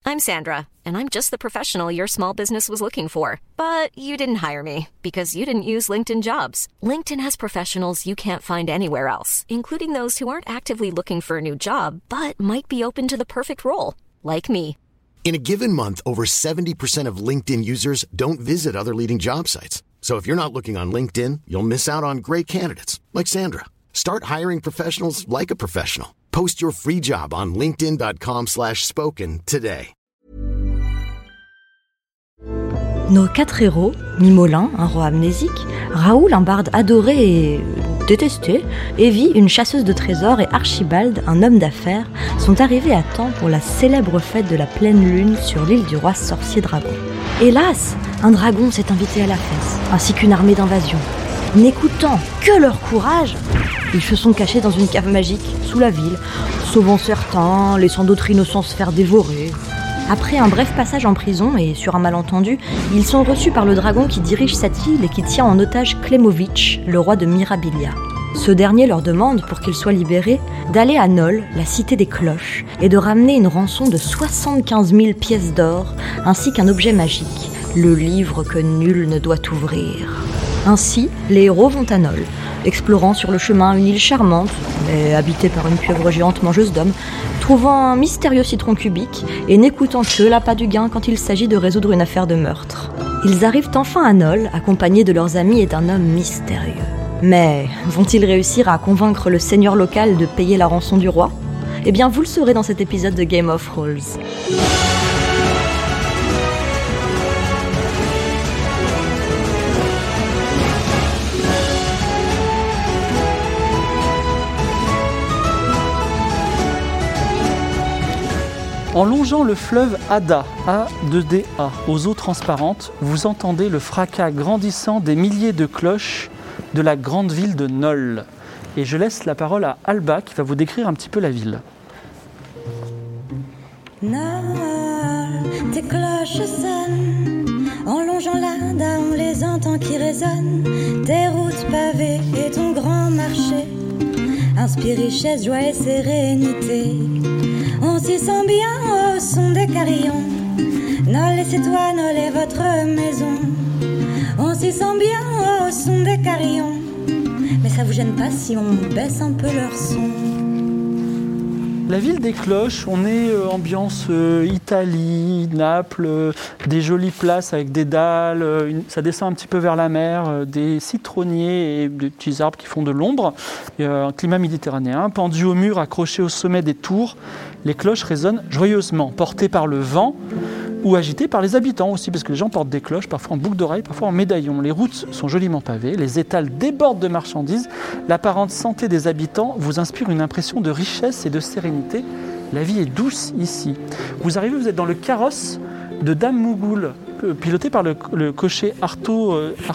I'm Sandra, and I'm just the professional your small business was looking for. But you didn't hire me because you didn't use LinkedIn Jobs. LinkedIn has professionals you can't find anywhere else, including those who aren't actively looking for a new job, but might be open to the perfect role, like me. In a given month, over 70% of LinkedIn users don't visit other leading job sites. So if you're not looking on LinkedIn, you'll miss out on great candidates like Sandra. Start hiring professionals like a professional. Post your free job on linkedin.com/spoken today. Nos 4 héros, Mimolin, un roi amnésique, Raoul, un barde adoré et détesté, Evie, une chasseuse de trésors, et Archibald, un homme d'affaires, sont arrivés à temps pour la célèbre fête de la pleine lune sur l'île du roi sorcier dragon. Hélas, un dragon s'est invité à la fête, ainsi qu'une armée d'invasion. N'écoutant que leur courage, ils se sont cachés dans une cave magique sous la ville, sauvant certains, laissant d'autres innocents se faire dévorer. Après un bref passage en prison et sur un malentendu, ils sont reçus par le dragon qui dirige cette île et qui tient en otage Klemovitch, le roi de Mirabilia. Ce dernier leur demande, pour qu'ils soient libérés, d'aller à Nol, la cité des cloches, et de ramener une rançon de 75 000 pièces d'or, ainsi qu'un objet magique, le livre que nul ne doit ouvrir. Ainsi, les héros vont à Nol, explorant sur le chemin une île charmante, mais habitée par une pieuvre géante mangeuse d'hommes, trouvant un mystérieux citron cubique et n'écoutant que l'appât du gain quand il s'agit de résoudre une affaire de meurtre. Ils arrivent enfin à Nol, accompagnés de leurs amis et d'un homme mystérieux. Mais vont-ils réussir à convaincre le seigneur local de payer la rançon du roi ? Eh bien, vous le saurez dans cet épisode de Game of Thrones. En longeant le fleuve Ada, A2DA, aux eaux transparentes, vous entendez le fracas grandissant des milliers de cloches de la grande ville de Nol. Et je laisse la parole à Alba qui va vous décrire un petit peu la ville. Nol, tes cloches sonnent. En longeant l'Ada, on les entend qui résonnent. Tes routes pavées et ton grand marché inspirent richesse, joie et sérénité. On s'y sent bien au son des carillons. Nol et c'est toi, Nol est votre maison. On s'y sent bien au son des carillons. Mais ça vous gêne pas si on baisse un peu leur son? La ville des cloches, on est ambiance Italie, Naples, des jolies places avec des dalles, ça descend un petit peu vers la mer, des citronniers et des petits arbres qui font de l'ombre. Un climat méditerranéen, pendu au mur, accroché au sommet des tours, les cloches résonnent joyeusement, portées par le vent ou agitées par les habitants aussi, parce que les gens portent des cloches, parfois en boucle d'oreille, parfois en médaillon. Les routes sont joliment pavées, les étals débordent de marchandises, l'apparente santé des habitants vous inspire une impression de richesse et de sérénité. La vie est douce ici. Vous arrivez, vous êtes dans le carrosse de Dame Mougoul, piloté par le cocher Arto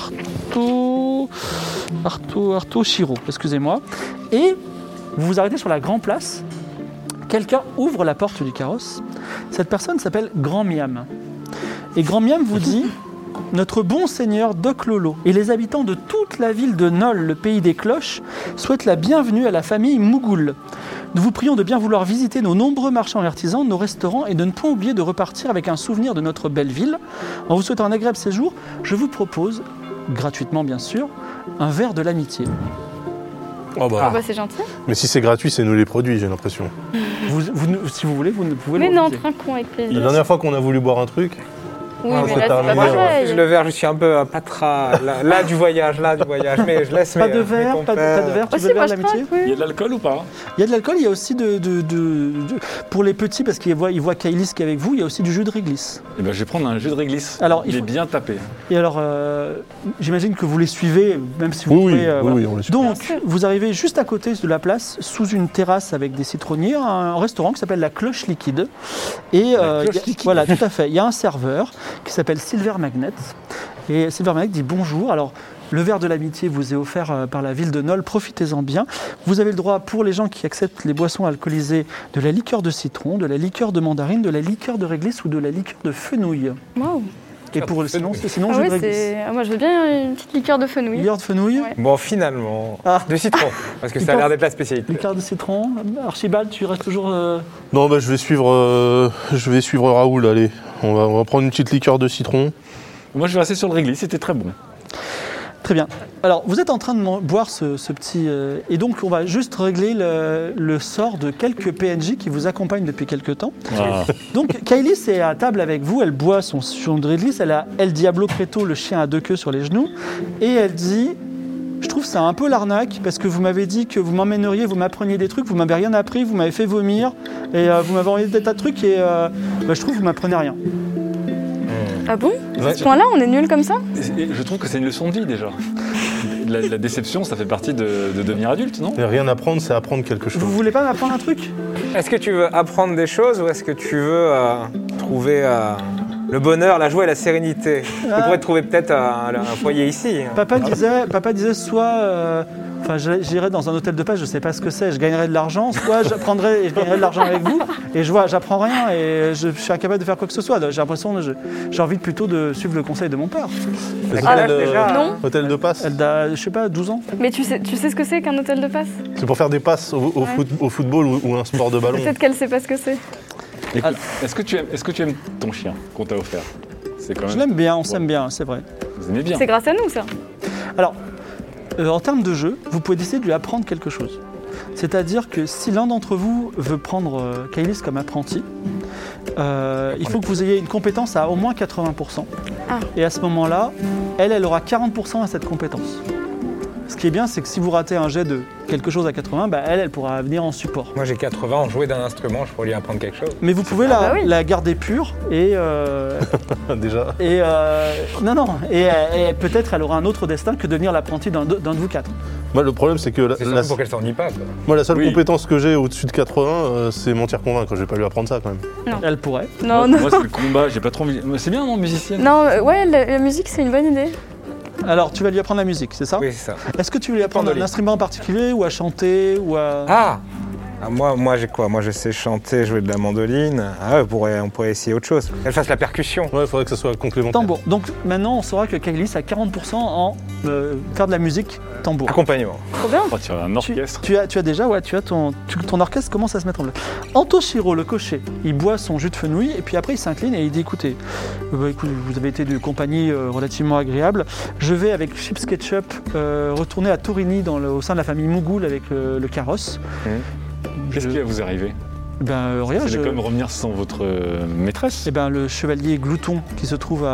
Chiro, excusez-moi. Et vous vous arrêtez sur la grande place. Quelqu'un ouvre la porte du carrosse. Cette personne s'appelle Grand Miam. Et Grand Miam vous dit « Notre bon seigneur Doc Lolo et les habitants de toute la ville de Nol, le pays des cloches, souhaitent la bienvenue à la famille Mougoul. Nous vous prions de bien vouloir visiter nos nombreux marchands et artisans, nos restaurants et de ne point oublier de repartir avec un souvenir de notre belle ville. En vous souhaitant un agréable séjour, je vous propose, gratuitement bien sûr, un verre de l'amitié. » Oh bah. C'est gentil. Mais si c'est gratuit, c'est nous les produits, j'ai l'impression. Si vous voulez, vous ne pouvez Mais le non, refuser. trinquons avec plaisir. La dernière fois qu'on a voulu boire un truc, Oui, Ah, mais c'est là, c'est pas terminé. pareil. Le verre, je suis un peu pâtras. Là, du voyage. Mais je laisse Pas mes- de mes verre, pas de verre, tu Aussi, veux le moi, verre je d'amitié craque, Il y oui. a de l'alcool ou pas? Il y a de l'alcool, il y a aussi pour les petits, parce qu'ils voient Kailis qui est avec vous, il y a aussi du jus de réglisse. Eh ben, je vais prendre un jus de réglisse. Alors, il est bien tapé. Et alors, j'imagine que vous les suivez, même si vous oui, pouvez... voilà. oui, on les suit. Donc, Bien sûr. vous arrivez juste à côté de la place, sous une terrasse avec des citronniers, un restaurant qui s'appelle la Cloche Liquide. Et voilà, tout à fait. Il y a un serveur qui s'appelle Silver Magnet. Et Silver Magnet dit bonjour. Alors, le verre de l'amitié vous est offert par la ville de Nol, profitez-en bien. Vous avez le droit, pour les gens qui acceptent les boissons alcoolisées, de la liqueur de citron, de la liqueur de mandarine, de la liqueur de réglisse ou de la liqueur de fenouil. Wow. Et pour sinon Ah je oui, réglisse. moi je veux bien une petite liqueur de fenouil. Liqueur de fenouil, Ouais. Bon, finalement, Ah. de citron, parce que ça a l'air d'être la spécialité. liqueur de citron. Archibald, tu restes toujours... Non, bah, je vais suivre Raoul, allez. On va prendre une petite liqueur de citron. Moi, je vais rester sur le réglisse, c'était très bon. Très bien. Alors, vous êtes en train de boire ce petit... et donc, on va juste régler le sort de quelques PNJ qui vous accompagnent depuis quelques temps. Ah. Donc, Kailis est à table avec vous, elle boit son de réglisse, elle a El Diablo Preto, le chien à 2 queues sur les genoux, et elle dit... Je trouve ça un peu l'arnaque, parce que vous m'avez dit que vous m'emmèneriez, vous m'appreniez des trucs, vous m'avez rien appris, vous m'avez fait vomir, et vous m'avez envoyé des tas de trucs, et je trouve que vous m'apprenez rien. Ah bon? À ce point-là, on est nuls comme ça? Et je trouve que c'est une leçon de vie déjà. La déception, ça fait partie de devenir adulte, non? Et rien apprendre, c'est apprendre quelque chose. Vous voulez pas m'apprendre un truc? Est-ce que tu veux apprendre des choses ou est-ce que tu veux trouver le bonheur, la joie et la sérénité? Tu pourrais trouver peut-être un foyer ici. Papa disait soit... j'irais dans un hôtel de passe, je sais pas ce que c'est, je gagnerais de l'argent, soit j'apprendrais et je gagnerais de l'argent avec vous, et j'apprends rien et je suis incapable de faire quoi que ce soit. J'ai l'impression, j'ai envie plutôt de suivre le conseil de mon père. Non. Hôtel de passe. Elle a, je sais pas, 12 ans. Mais tu sais ce que c'est qu'un hôtel de passe? C'est pour faire des passes au football ou un sport de ballon. Peut-être qu'elle sait pas ce que c'est. Écoute, est-ce que tu aimes ton chien qu'on t'a offert? C'est quand même... Je l'aime bien, on s'aime bien, c'est vrai. Vous aimez bien. C'est grâce à nous, ça. Alors, en termes de jeu, vous pouvez décider de lui apprendre quelque chose. C'est-à-dire que si l'un d'entre vous veut prendre Kailis comme apprenti, il faut que vous ayez une compétence à au moins 80%. Ah. Et à ce moment-là, elle aura 40% à cette compétence. Ce qui est bien, c'est que si vous ratez un jet de quelque chose à 80, elle pourra venir en support. Moi j'ai 80 ans, jouer d'un instrument, je pourrais lui apprendre quelque chose. Mais vous pouvez la garder pure et... Déjà. Et peut-être elle aura un autre destin que devenir l'apprenti d'un de vous quatre. Moi, le problème, c'est que C'est surtout pour qu'elle s'ennuie pas, quoi. moi, la seule Oui. compétence que j'ai au-dessus de 80, c'est mentir convaincre. Je vais pas lui apprendre ça quand même. Elle pourrait. Non, Moi, c'est le combat, j'ai pas trop envie. C'est bien, non, musicienne? Non, ouais, la musique, c'est une bonne idée. Alors, tu vas lui apprendre la musique, c'est ça? Oui, c'est ça. Est-ce que tu veux lui apprendre un Mandoline. instrument en particulier ou à chanter ou à... Moi j'ai quoi? Moi je sais chanter, jouer de la mandoline. Ah ouais, on pourrait essayer autre chose. Qu'elle fasse la percussion. Ouais, il faudrait que ça soit complémentaire. Tambour. Donc maintenant, on saura que Kailis a 40% en faire de la musique tambour. Accompagnement. Trop bien. Oh, tu as un orchestre. Tu as déjà, ton orchestre commence à se mettre en place. Antoshiro, le cocher, il boit son jus de fenouil et puis après il s'incline et il dit écoutez, vous avez été de compagnie relativement agréable. Je vais avec Chips Ketchup retourner à Torini au sein de la famille Mougoul avec le carrosse. Qu'est-ce qui va vous arriver? Rien. Vous allez quand même revenir sans votre maîtresse. Le chevalier Glouton qui se trouve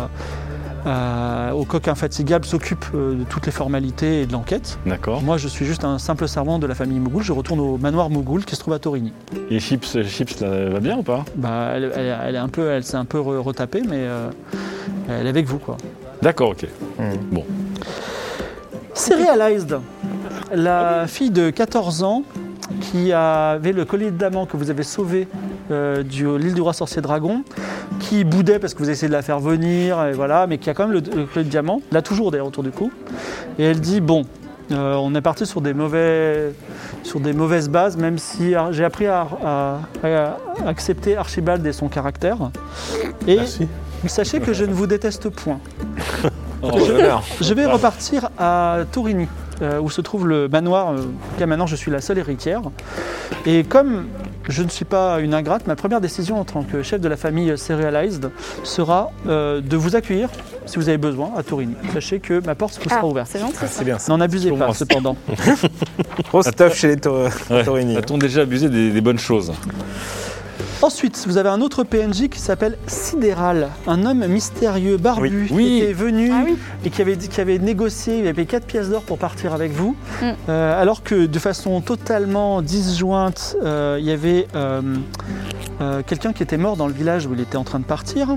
au coq infatigable s'occupe de toutes les formalités et de l'enquête. D'accord. Moi, je suis juste un simple servant de la famille Mougoul. Je retourne au manoir Mougoul qui se trouve à Torini. Et Chips, là, va bien ou pas? Elle s'est un peu retapée, mais elle est avec vous, quoi. D'accord, ok. Bon. Serialized, la fille de 14 ans qui avait le collier de diamant que vous avez sauvé de l'île du roi sorcier dragon, qui boudait parce que vous essayez de la faire venir, et voilà, mais qui a quand même le collier de diamant, l'a toujours d'ailleurs autour du cou. Et elle dit bon, on est parti sur des mauvaises bases, même si j'ai appris à accepter Archibald et son caractère. Et Merci. sachez que je ne vous déteste point. Honneur. Je vais repartir à Torini, où se trouve le manoir, auquel maintenant je suis la seule héritière. Et comme je ne suis pas une ingrate, ma première décision en tant que chef de la famille Serialized sera de vous accueillir, si vous avez besoin, à Torini. Sachez que ma porte vous sera ouverte. C'est gentil. C'est bien ça. N'en abusez Pour pas, moi. cependant. Trop stuff chez les Ouais. Torini. A-t-on déjà abusé des bonnes choses? Ensuite, vous avez un autre PNJ qui s'appelle Sidéral, un homme mystérieux, barbu, Oui. qui était venu Ah oui. et qui avait négocié, il avait payé 4 pièces d'or pour partir avec vous, alors que de façon totalement disjointe, il y avait quelqu'un qui était mort dans le village où il était en train de partir.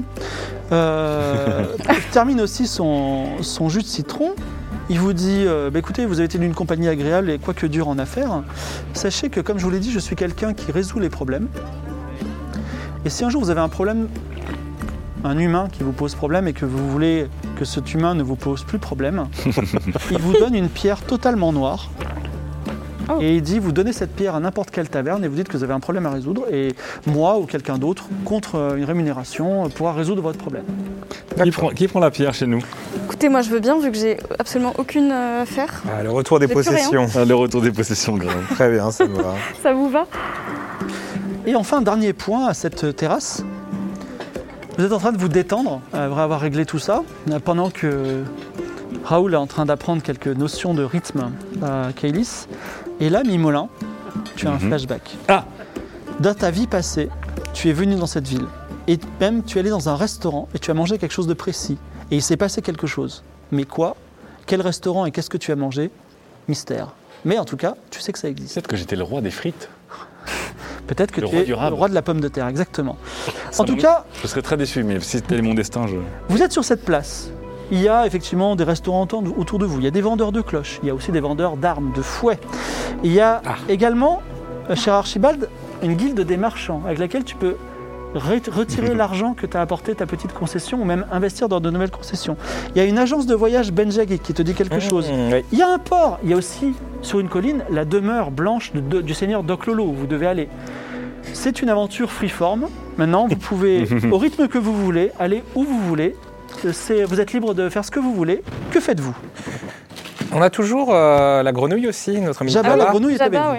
Il termine aussi son jus de citron. Il vous dit, écoutez, vous avez été d'une compagnie agréable et quoique dure en affaires, sachez que, comme je vous l'ai dit, je suis quelqu'un qui résout les problèmes. Et si un jour vous avez un problème, un humain qui vous pose problème et que vous voulez que cet humain ne vous pose plus problème, il vous donne une pierre totalement noire. Oh. Et il dit, vous donnez cette pierre à n'importe quelle taverne et vous dites que vous avez un problème à résoudre et moi ou quelqu'un d'autre, contre une rémunération, pourra résoudre votre problème. Qui prend la pierre chez nous? Écoutez, moi je veux bien vu que j'ai absolument aucune affaire. Ah, le retour des J'ai plus possessions. Le retour des possessions, grave. Très bien, ça me va. Ça vous va? Et enfin, dernier point à cette terrasse. Vous êtes en train de vous détendre après avoir réglé tout ça, pendant que Raoul est en train d'apprendre quelques notions de rythme à Kailis. Et là, Mimolin, tu as un flashback. Ah! Dans ta vie passée, tu es venu dans cette ville. Et même, tu es allé dans un restaurant et tu as mangé quelque chose de précis. Et il s'est passé quelque chose. Mais quoi? Quel restaurant et qu'est-ce que tu as mangé? Mystère. Mais en tout cas, tu sais que ça existe. Peut-être que j'étais le roi des frites. Peut-être que Le tu roi es du rab. le roi de la pomme de terre, exactement. Ça En tout me- cas, Je serais très déçu, mais si c'était mon destin, je... vous êtes sur cette place. Il y a effectivement des restaurants autour de vous. Il y a des vendeurs de cloches. Il y a aussi des vendeurs d'armes, de fouets. Il y a également, cher Archibald, une guilde des marchands avec laquelle tu peux retirer l'argent que tu as apporté ta petite concession ou même investir dans de nouvelles concessions. Il y a une agence de voyage Benjagui qui te dit quelque chose. Oui. Il y a un port. Il y a aussi, sur une colline, la demeure blanche du seigneur Doclolo où vous devez aller. C'est une aventure freeform. Maintenant, vous pouvez, au rythme que vous voulez, aller où vous voulez. Vous êtes libre de faire ce que vous voulez. Que faites-vous? On a toujours la grenouille aussi, notre ami Jabba, la grenouille est avec Jabba,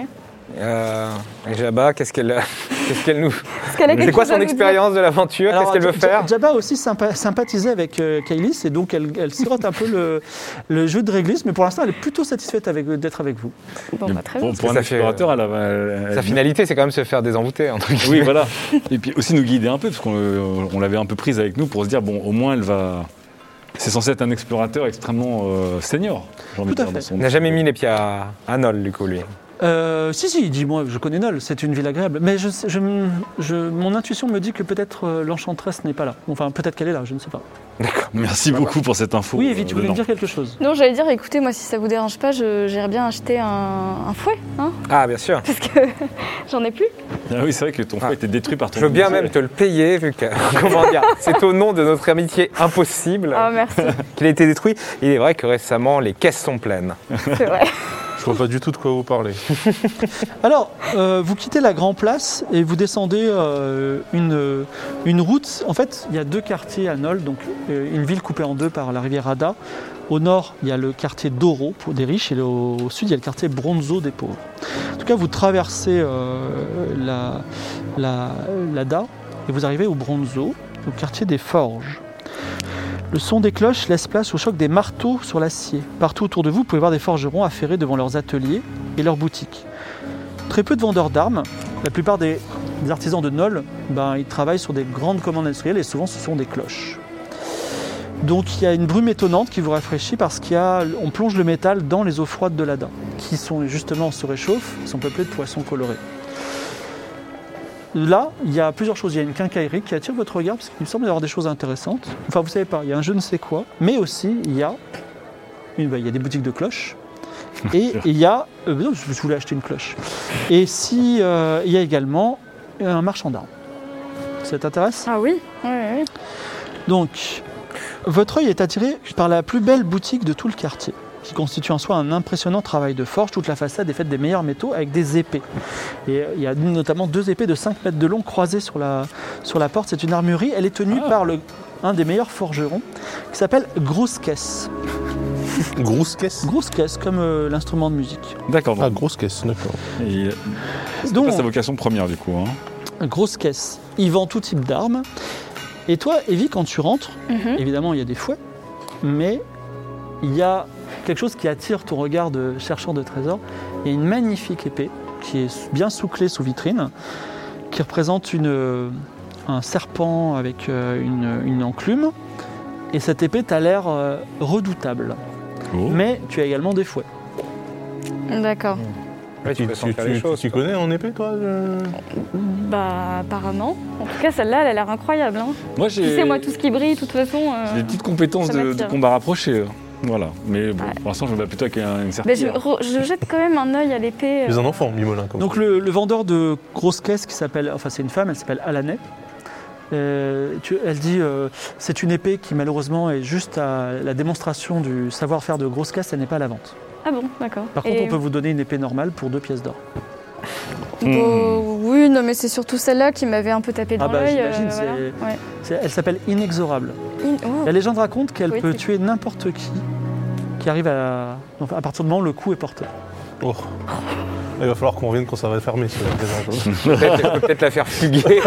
vous. oui. Et Jabba, qu'est-ce qu'elle nous... Est-ce qu'elle a quelque C'est quoi chose à son nous expérience de l'aventure? Qu'est-ce qu'elle veut faire? Jabba a aussi sympathisé avec Kailis et donc elle sirote un peu le jeu de réglisse, mais pour l'instant elle est plutôt saite d'être avec vous. dire? Bon, bah, très bien. Pour un ça fait, explorateur, elle Sa finalité, c'est quand même se faire désenvoûter, entre guillemets. Oui, voilà. Et puis aussi nous guider un peu, parce qu'on l'avait un peu prise avec nous pour se dire, bon, au moins elle va... C'est censé être un explorateur extrêmement senior, j'ai envie de Tout à dire, fait. dans son... Il n'a jamais mis les pieds à Nol, du coup, lui. Si, dis-moi, je connais Nol, c'est une ville agréable, mais mon intuition me dit que peut-être l'enchanteresse n'est pas là. Enfin, peut-être qu'elle est là, je ne sais pas. Merci beaucoup pour cette info. Oui, Evie, tu voulais me Lénan. dire quelque chose? Non, j'allais dire, écoutez, moi si ça vous dérange pas, j'irais bien acheter un fouet, hein, Ah, bien sûr. parce que j'en ai plus. Ah oui, c'est vrai que ton fouet était détruit par ton... Je veux bien musée. même te le payer, vu que, comment dire, c'est au nom de notre amitié impossible Ah, merci, qu'il a été détruit. Il est vrai que récemment, les caisses sont pleines. c'est vrai. Je vois pas du tout de quoi vous parlez. Alors, vous quittez la Grand Place et vous descendez une route. En fait, il y a deux quartiers à Nol, donc une ville coupée en deux par la rivière Ada. Au nord, il y a le quartier Doro pour des riches et au sud, il y a le quartier Bronzo des pauvres. En tout cas, vous traversez l'Ada et vous arrivez au Bronzo, au quartier des Forges. Le son des cloches laisse place au choc des marteaux sur l'acier. Partout autour de vous, vous pouvez voir des forgerons affairés devant leurs ateliers et leurs boutiques. Très peu de vendeurs d'armes. La plupart des artisans de Nol, ils travaillent sur des grandes commandes industrielles et souvent ce sont des cloches. Donc il y a une brume étonnante qui vous rafraîchit parce qu'on plonge le métal dans les eaux froides de l'Ada, qui sont justement se réchauffent, sont peuplées de poissons colorés. Là, il y a plusieurs choses. Il y a une quincaillerie qui attire votre regard parce qu'il me semble y avoir des choses intéressantes. Enfin, vous savez pas, il y a un je ne sais quoi, mais aussi il y a des boutiques de cloches. Et il y a... non, je voulais acheter une cloche. Et il y a également un marchand d'armes. Ça t'intéresse? Ah oui, oui, oui. Donc, votre œil est attiré par la plus belle boutique de tout le quartier, qui constitue en soi un impressionnant travail de forge. Toute la façade est faite des meilleurs métaux avec des épées. Et il y a notamment 2 épées de 5 mètres de long croisées sur la porte. C'est une armurerie. Elle est tenue par un des meilleurs forgerons qui s'appelle Grosse Caisse. Grosse caisse? Grosse Caisse, comme l'instrument de musique. D'accord. Ah, grosse caisse, d'accord. C'est Donc, pas sa vocation première, du coup. Hein. Grosse Caisse. Il vend tout type d'armes. Et toi, Evie, quand tu rentres, évidemment, il y a des fouets, mais il y a quelque chose qui attire ton regard de chercheur de trésors. Il y a une magnifique épée qui est bien sous clé, sous vitrine, qui représente un serpent avec une enclume. Et cette épée t'a l'air redoutable. Oh. Mais tu as également des fouets. D'accord. Ouais, tu peux sentir les choses. Tu connais en épée, toi Bah, apparemment. En tout cas, celle-là, elle a l'air incroyable. Hein. Moi, Tu sais, moi, tout ce qui brille, de toute façon. j'ai des petites compétences ça de m'attire. combat rapproché. Voilà. Mais bon, Ouais. pour l'instant, je me bats plutôt avec une Mais serpillière. je jette quand même un œil à l'épée. Tu es un enfant, Mimolin. Comme Donc le vendeur de Grosse Caisse qui s'appelle, enfin c'est une femme, elle s'appelle Alanet. Elle dit c'est une épée qui malheureusement est juste à la démonstration du savoir-faire de Grosse Caisse, elle n'est pas à la vente. Ah bon, d'accord. Par contre, on peut vous donner une épée normale pour 2 pièces d'or. Bon, oui, non, mais c'est surtout celle-là qui m'avait un peu tapé dans l'œil. J'imagine, voilà. Ouais. elle s'appelle Inexorable. Oh. La légende raconte qu'elle Oui, peut c'est- tuer n'importe qui arrive à partir du moment où le coup est porté. Oh. Il va falloir qu'on revienne quand ça va fermer. Peut-être la faire fuguer.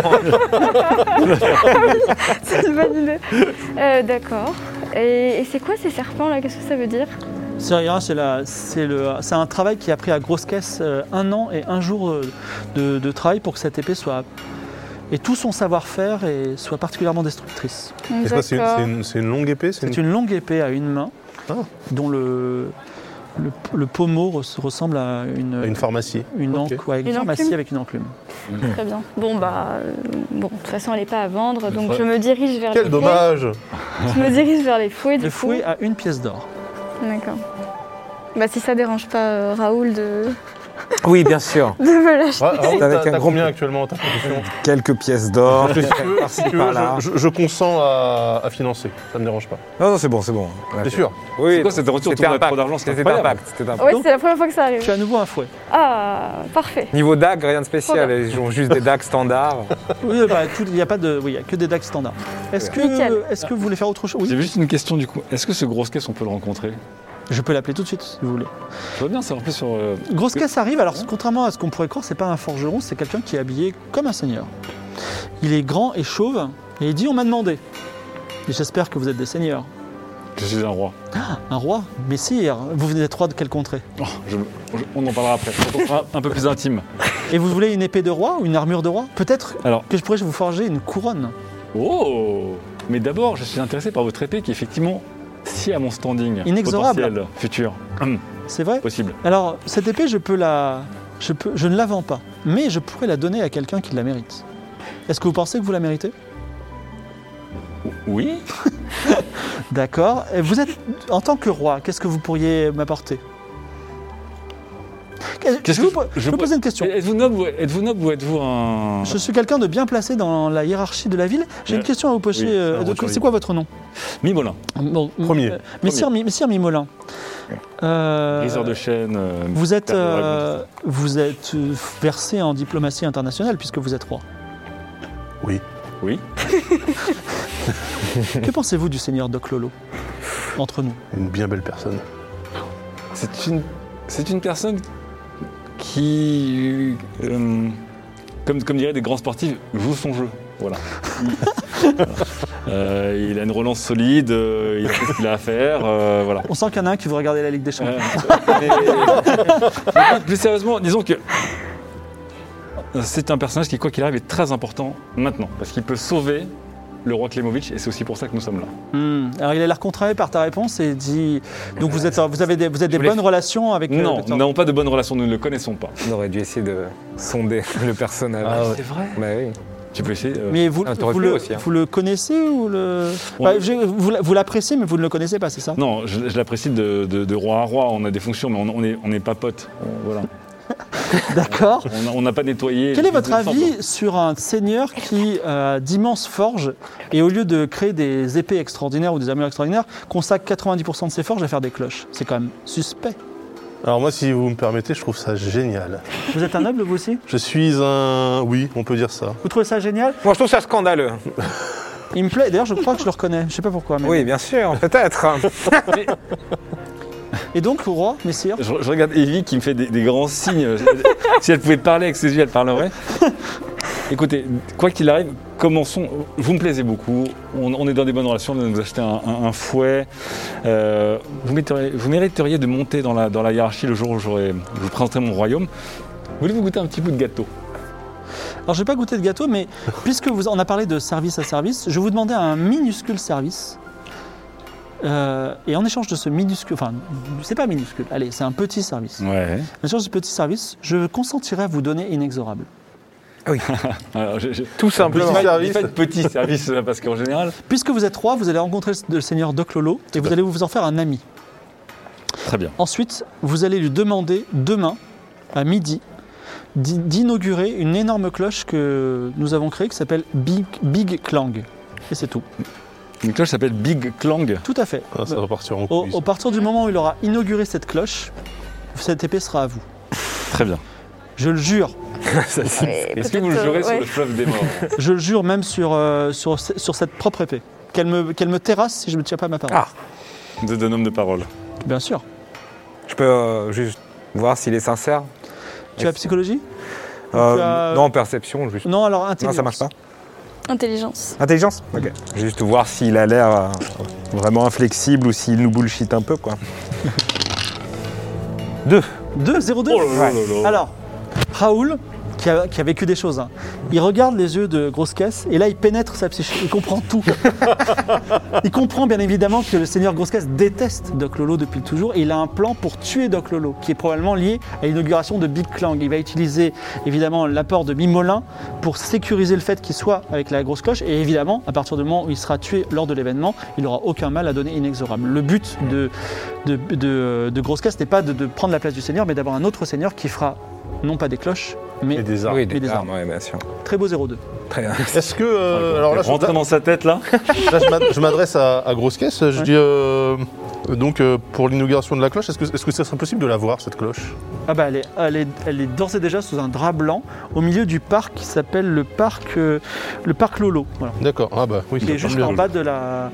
C'est une bonne idée. D'accord. Et c'est quoi ces serpents là? Qu'est-ce que ça veut dire? C'est rien, c'est un travail qui a pris à grosse caisse 1 an et 1 jour de travail pour que cette épée soit. Et tout son savoir-faire soit particulièrement destructrice. Et ça, c'est une longue épée. C'est une longue épée à une main, dont le pommeau ressemble à une pharmacie. Une Ok. enclume, ouais, une Une pharmacie enclume. avec une enclume. Très bien. Bon, de toute façon, elle n'est pas à vendre, donc je me dirige vers Quel les dommage! fouets. Je me dirige vers les fouets, du Le coup. fouet a 1 pièce d'or. D'accord. Bah, si ça dérange pas Raoul de Oui, bien sûr. me l'acheter. Raoul, Avec un t'as gros combien actuellement ta production? Quelques pièces d'or. Si tu veux, je consens à financer, ça me dérange pas. Non, c'est bon. T'es sûr? Oui. C'est quoi cette retour C'était autour de un la pacte. trop d'argent? C'est C'était un incroyable. pacte. C'était un pacte. Ouais, c'est la première fois que ça arrive. Tu as à nouveau un fouet. Ah, parfait. Niveau dague, rien de spécial. Trop bien. Ils ont juste des dagues standards. Oui, il n'y a pas de, il y a que des dagues standards. Est-ce Nickel. que vous voulez faire autre chose? Oui. J'ai juste une question du coup. Est-ce que ce grosse caisse, on peut le rencontrer? Je peux l'appeler tout de suite si vous voulez. Je veux bien savoir plus sur. Grosse caisse arrive, alors contrairement à ce qu'on pourrait croire, c'est pas un forgeron, c'est quelqu'un qui est habillé comme un seigneur. Il est grand et chauve, et il dit on m'a demandé. Et j'espère que vous êtes des seigneurs. Je suis un roi. Un roi? Messire, vous venez d'être roi de quelle contrée? Oh, on en parlera après. On sera un peu plus intime. Et vous voulez une épée de roi ou une armure de roi? Peut-être Alors. que je pourrais vous forger une couronne. Oh! Mais d'abord, je suis intéressé par votre épée qui est effectivement si à mon standing. Inexorable. Potentiel, futur. C'est vrai? Possible. Alors, cette épée, je ne la vends pas, mais je pourrais la donner à quelqu'un qui la mérite. Est-ce que vous pensez que vous la méritez? Oui. D'accord. Et vous êtes, en tant que roi, qu'est-ce que vous pourriez m'apporter? Je vais vous poser une question. Êtes-vous noble ou êtes-vous un. Je suis quelqu'un de bien placé dans la hiérarchie de la ville. J'ai une question à vous poser. Oui, c'est quoi votre nom? Mimolin. Bon, Premier. Messire Mimolin. Briseur de chaîne. Vous êtes versé en diplomatie internationale puisque vous êtes roi. Oui. Oui. Que pensez-vous du seigneur Doc Lolo? Entre nous. Une bien belle personne. C'est une personne qui, comme diraient des grands sportifs, joue son jeu. Voilà. Il a une relance solide, il a ce qu'il a à faire. Voilà. On sent qu'il y en a un qui veut regarder la Ligue des Champions. Mais plus sérieusement, disons que c'est un personnage qui, quoi qu'il arrive, est très important maintenant. Parce qu'il peut sauver le roi Klemovic, et c'est aussi pour ça que nous sommes là. Alors il a l'air contrarié par ta réponse et dit... Donc vous avez des bonnes relations avec... Non, nous n'avons pas de bonnes relations, nous ne le connaissons pas. On aurait dû essayer de sonder le personnage. Ah ouais. C'est vrai. Bah oui. Tu peux essayer. Mais vous, t'aurais pu aussi, hein. vous le connaissez ou le... On- Bah, vous l'appréciez mais vous ne le connaissez pas, c'est ça? Non, je l'apprécie de roi à roi, on a des fonctions, mais on n'est pas potes. Voilà. D'accord. On n'a pas nettoyé. Quel est votre ensemble. avis sur un seigneur qui a d'immenses forges et au lieu de créer des épées extraordinaires ou des armures extraordinaires, consacre 90% de ses forges à faire des cloches? C'est quand même suspect. Alors moi, si vous me permettez, je trouve ça génial. Vous êtes un noble, vous aussi? Je suis un... Oui, on peut dire ça. Vous trouvez ça génial? Moi, je trouve ça scandaleux. Il me plaît. D'ailleurs, je crois que je le reconnais. Je sais pas pourquoi. Mais... Oui, bien sûr, peut-être. Et donc, roi, messire? Je regarde Evie qui me fait des grands signes. Si elle pouvait parler avec ses yeux, elle parlerait. Écoutez, quoi qu'il arrive, commençons. Vous me plaisez beaucoup. On est dans des bonnes relations. Vous achetez un fouet. Vous mériteriez de monter dans la hiérarchie le jour où je vous présenterai mon royaume. Voulez-vous goûter un petit bout de gâteau? Alors, je vais pas goûter de gâteau, mais puisque on a parlé de service à service, je vais vous demander un minuscule service. Et en échange de ce minuscule, enfin, c'est pas minuscule, allez, c'est un petit service. Ouais. En échange de ce petit service, je consentirai à vous donner Inexorable. Alors, Tout simplement. Faites petit service parce qu'en général. Puisque vous êtes roi, vous allez rencontrer le seigneur Doc Lolo et vous allez vous en faire un ami. Très bien. Ensuite, vous allez lui demander demain, à midi, d'inaugurer une énorme cloche que nous avons créée qui s'appelle Big Clang. Et c'est tout. Une cloche s'appelle Big Clang. Tout à fait. Ah, ça va partir en couille. Au partir du moment où il aura inauguré cette cloche, cette épée sera à vous. Très bien. Je le jure. Est-ce que vous le jurez sur le fleuve des morts? Je le jure même sur cette propre épée. Qu'elle me terrasse si je ne tiens pas ma parole. Ah. Vous êtes un homme de parole. Bien sûr. Je peux juste voir s'il est sincère. Tu as psychologie as... Non, perception, juste. Non, alors intelligence. Non, ça marche pas. Intelligence. Intelligence. Ok. Juste voir s'il a l'air vraiment inflexible ou s'il nous bullshit un peu, quoi. 2. 2-0-2 Alors, Raoul, qui a vécu des choses, hein, il regarde les yeux de Grosse Caisse et là il pénètre sa psyché, il comprend tout. Il comprend bien évidemment que le seigneur Grosse Caisse déteste Doc Lolo depuis toujours et il a un plan pour tuer Doc Lolo qui est probablement lié à l'inauguration de Big Clang. Il va utiliser évidemment l'apport de Mimolin pour sécuriser le fait qu'il soit avec la grosse cloche et évidemment à partir du moment où il sera tué lors de l'événement, il n'aura aucun mal à donner inexorable. Le but de Grosse Caisse n'est pas de prendre la place du seigneur mais d'avoir un autre seigneur qui fera non pas des cloches, mais des armes. Oui, des armes, ouais, bien sûr. Très beau 0-2. Très bien. Est-ce que... alors là, rentre dans sa tête, là. Là, je m'adresse à Grosse Caisse. Je dis, donc, pour l'inauguration de la cloche, est-ce que ça serait possible de la voir, cette cloche? Ah bah, elle est d'ores et déjà sous un drap blanc, au milieu du parc qui s'appelle le parc Lolo. Voilà. D'accord. Ah bah oui, qui est juste en bas de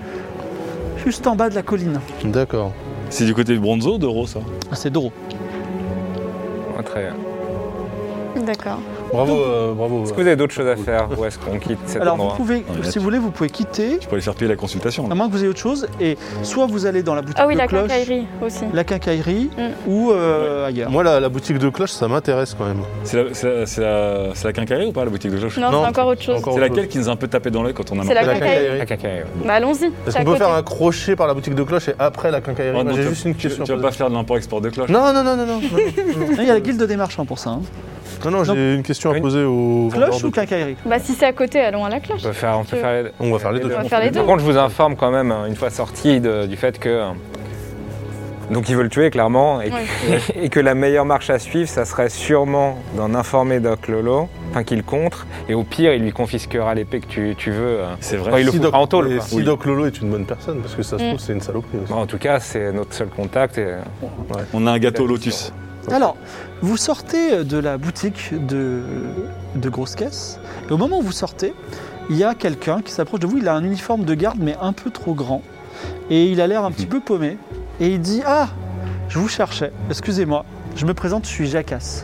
la colline. D'accord. C'est du côté de Bronzo, d'Euro, ça? Ah, c'est Doro. Ouais, très bien. D'accord. Bravo. Est-ce que vous avez d'autres choses à faire ou est-ce qu'on quitte cet Alors endroit? vous pouvez, si vous voulez, vous pouvez quitter, Je peux aller faire payer la consultation. à moins que vous ayez autre chose, et soit vous allez dans la boutique Ah oui, de la cloche, quincaillerie aussi. la quincaillerie, ou ailleurs. Moi, la boutique de cloche, ça m'intéresse quand même. C'est la quincaillerie ou pas, la boutique de cloche? Non, c'est encore autre chose. C'est laquelle qui nous a un peu tapé dans l'œil quand on a C'est la marqué quincaillerie. La quincaillerie. Bah allons-y. Est-ce c'est à qu'on peut côté. faire un crochet par la boutique de cloche et après la quincaillerie? Oh, non, J'ai tu juste vas- une question. Tu vas pas faire de l'import-export de cloche? Non. Il y a la guilde des marchands pour ça. Hein. Non, j'ai une question à poser au vendeur Cloche de ou quincaillerie? Bah si c'est à côté, allons à la cloche. On peut faire les... On va faire les deux. On va faire les deux. Par contre, je vous informe quand même, une fois sorti du fait que... Donc ils veulent tuer, clairement, et que la meilleure marche à suivre, ça serait sûrement d'en informer Doc Lolo, enfin qu'il contre, et au pire, il lui confisquera l'épée que tu veux. C'est vrai. Enfin, il le Si foutra en tôle, quoi. Si Doc Lolo est une bonne personne, parce que ça se trouve, c'est une saloperie aussi. Bon, en tout cas, c'est notre seul contact. Et... On a un gâteau Lotus. Alors, vous sortez de la boutique de Grosse Caisse, et au moment où vous sortez, il y a quelqu'un qui s'approche de vous, il a un uniforme de garde, mais un peu trop grand, et il a l'air un petit peu paumé, et il dit « Ah, je vous cherchais, excusez-moi, je me présente, je suis Jacasse.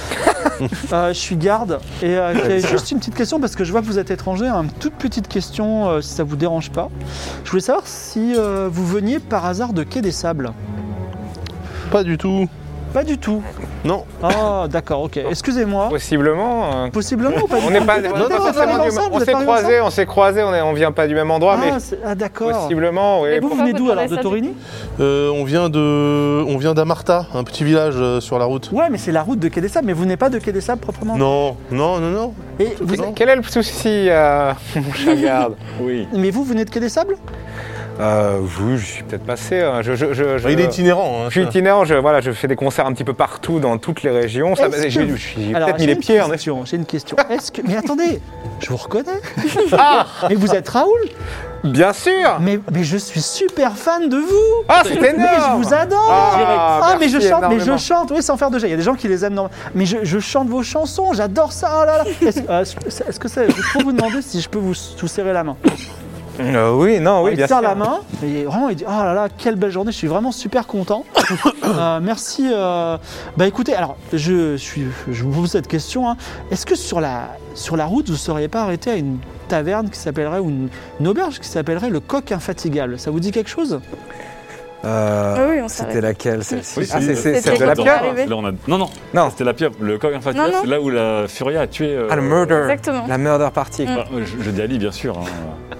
Je suis garde, et j'ai juste une petite question, parce que je vois que vous êtes étranger, une toute petite question, si ça vous dérange pas. Je voulais savoir si vous veniez par hasard de Quai des Sables. » Pas du tout. Pas du tout. Non. Ah, d'accord, ok. Excusez-moi. Possiblement. Possiblement ou pas du On tout n'est pas, Vous on êtes n'est pas pas forcément du ensemble, On vous s'est êtes pas croisés, on vient pas du même endroit, mais d'accord. possiblement, oui. Et Vous Pourquoi venez vous d'où alors? demandez De ça, Torigny? On vient d'Amarta, un petit village sur la route. Ouais, mais c'est la route de Quai des Sables, mais vous n'êtes pas de Quai des Sables proprement. Non. Et vous, Quel est le souci, mon chat garde? Oui. mais vous venez de Quai des Sables? Oui, je suis peut-être passé. Hein. Il est itinérant. Hein, Je suis itinérant, je fais des concerts un petit peu partout dans toutes les régions. J'ai Alors, peut-être mis les pieds. J'ai une question. Est-ce que... Mais attendez, je vous reconnais. Mais vous êtes Raoul? Bien sûr. Mais je suis super fan de vous. Ah, c'est énorme. Mais je vous adore. Mais je merci chante, énormément. oui, sans faire de jet. Il y a des gens qui les aiment. Mais je chante vos chansons, j'adore ça. Oh là là. Est-ce que je peux vous demander si je peux vous serrer la main? Oui, non, oui, il bien serre sûr. la main et vraiment il dit oh là là, quelle belle journée, je suis vraiment super content. Merci. Bah écoutez, alors je vous pose cette question. Hein. Est-ce que sur la route vous ne seriez pas arrêté à une taverne qui s'appellerait ou une auberge qui s'appellerait le Coq Infatigable? Ça vous dit quelque chose? Oui, on s'arrête. C'était laquelle, celle-ci? Oui, C'est C'était celle de la quand pieuvre. arrivé. Là, non, c'était la pieuvre. Le coq infatigable, Non. c'est là où la Furia a tué. Ah, le murder. Exactement. La murder party. Bah, je dis Ali, bien sûr. Hein.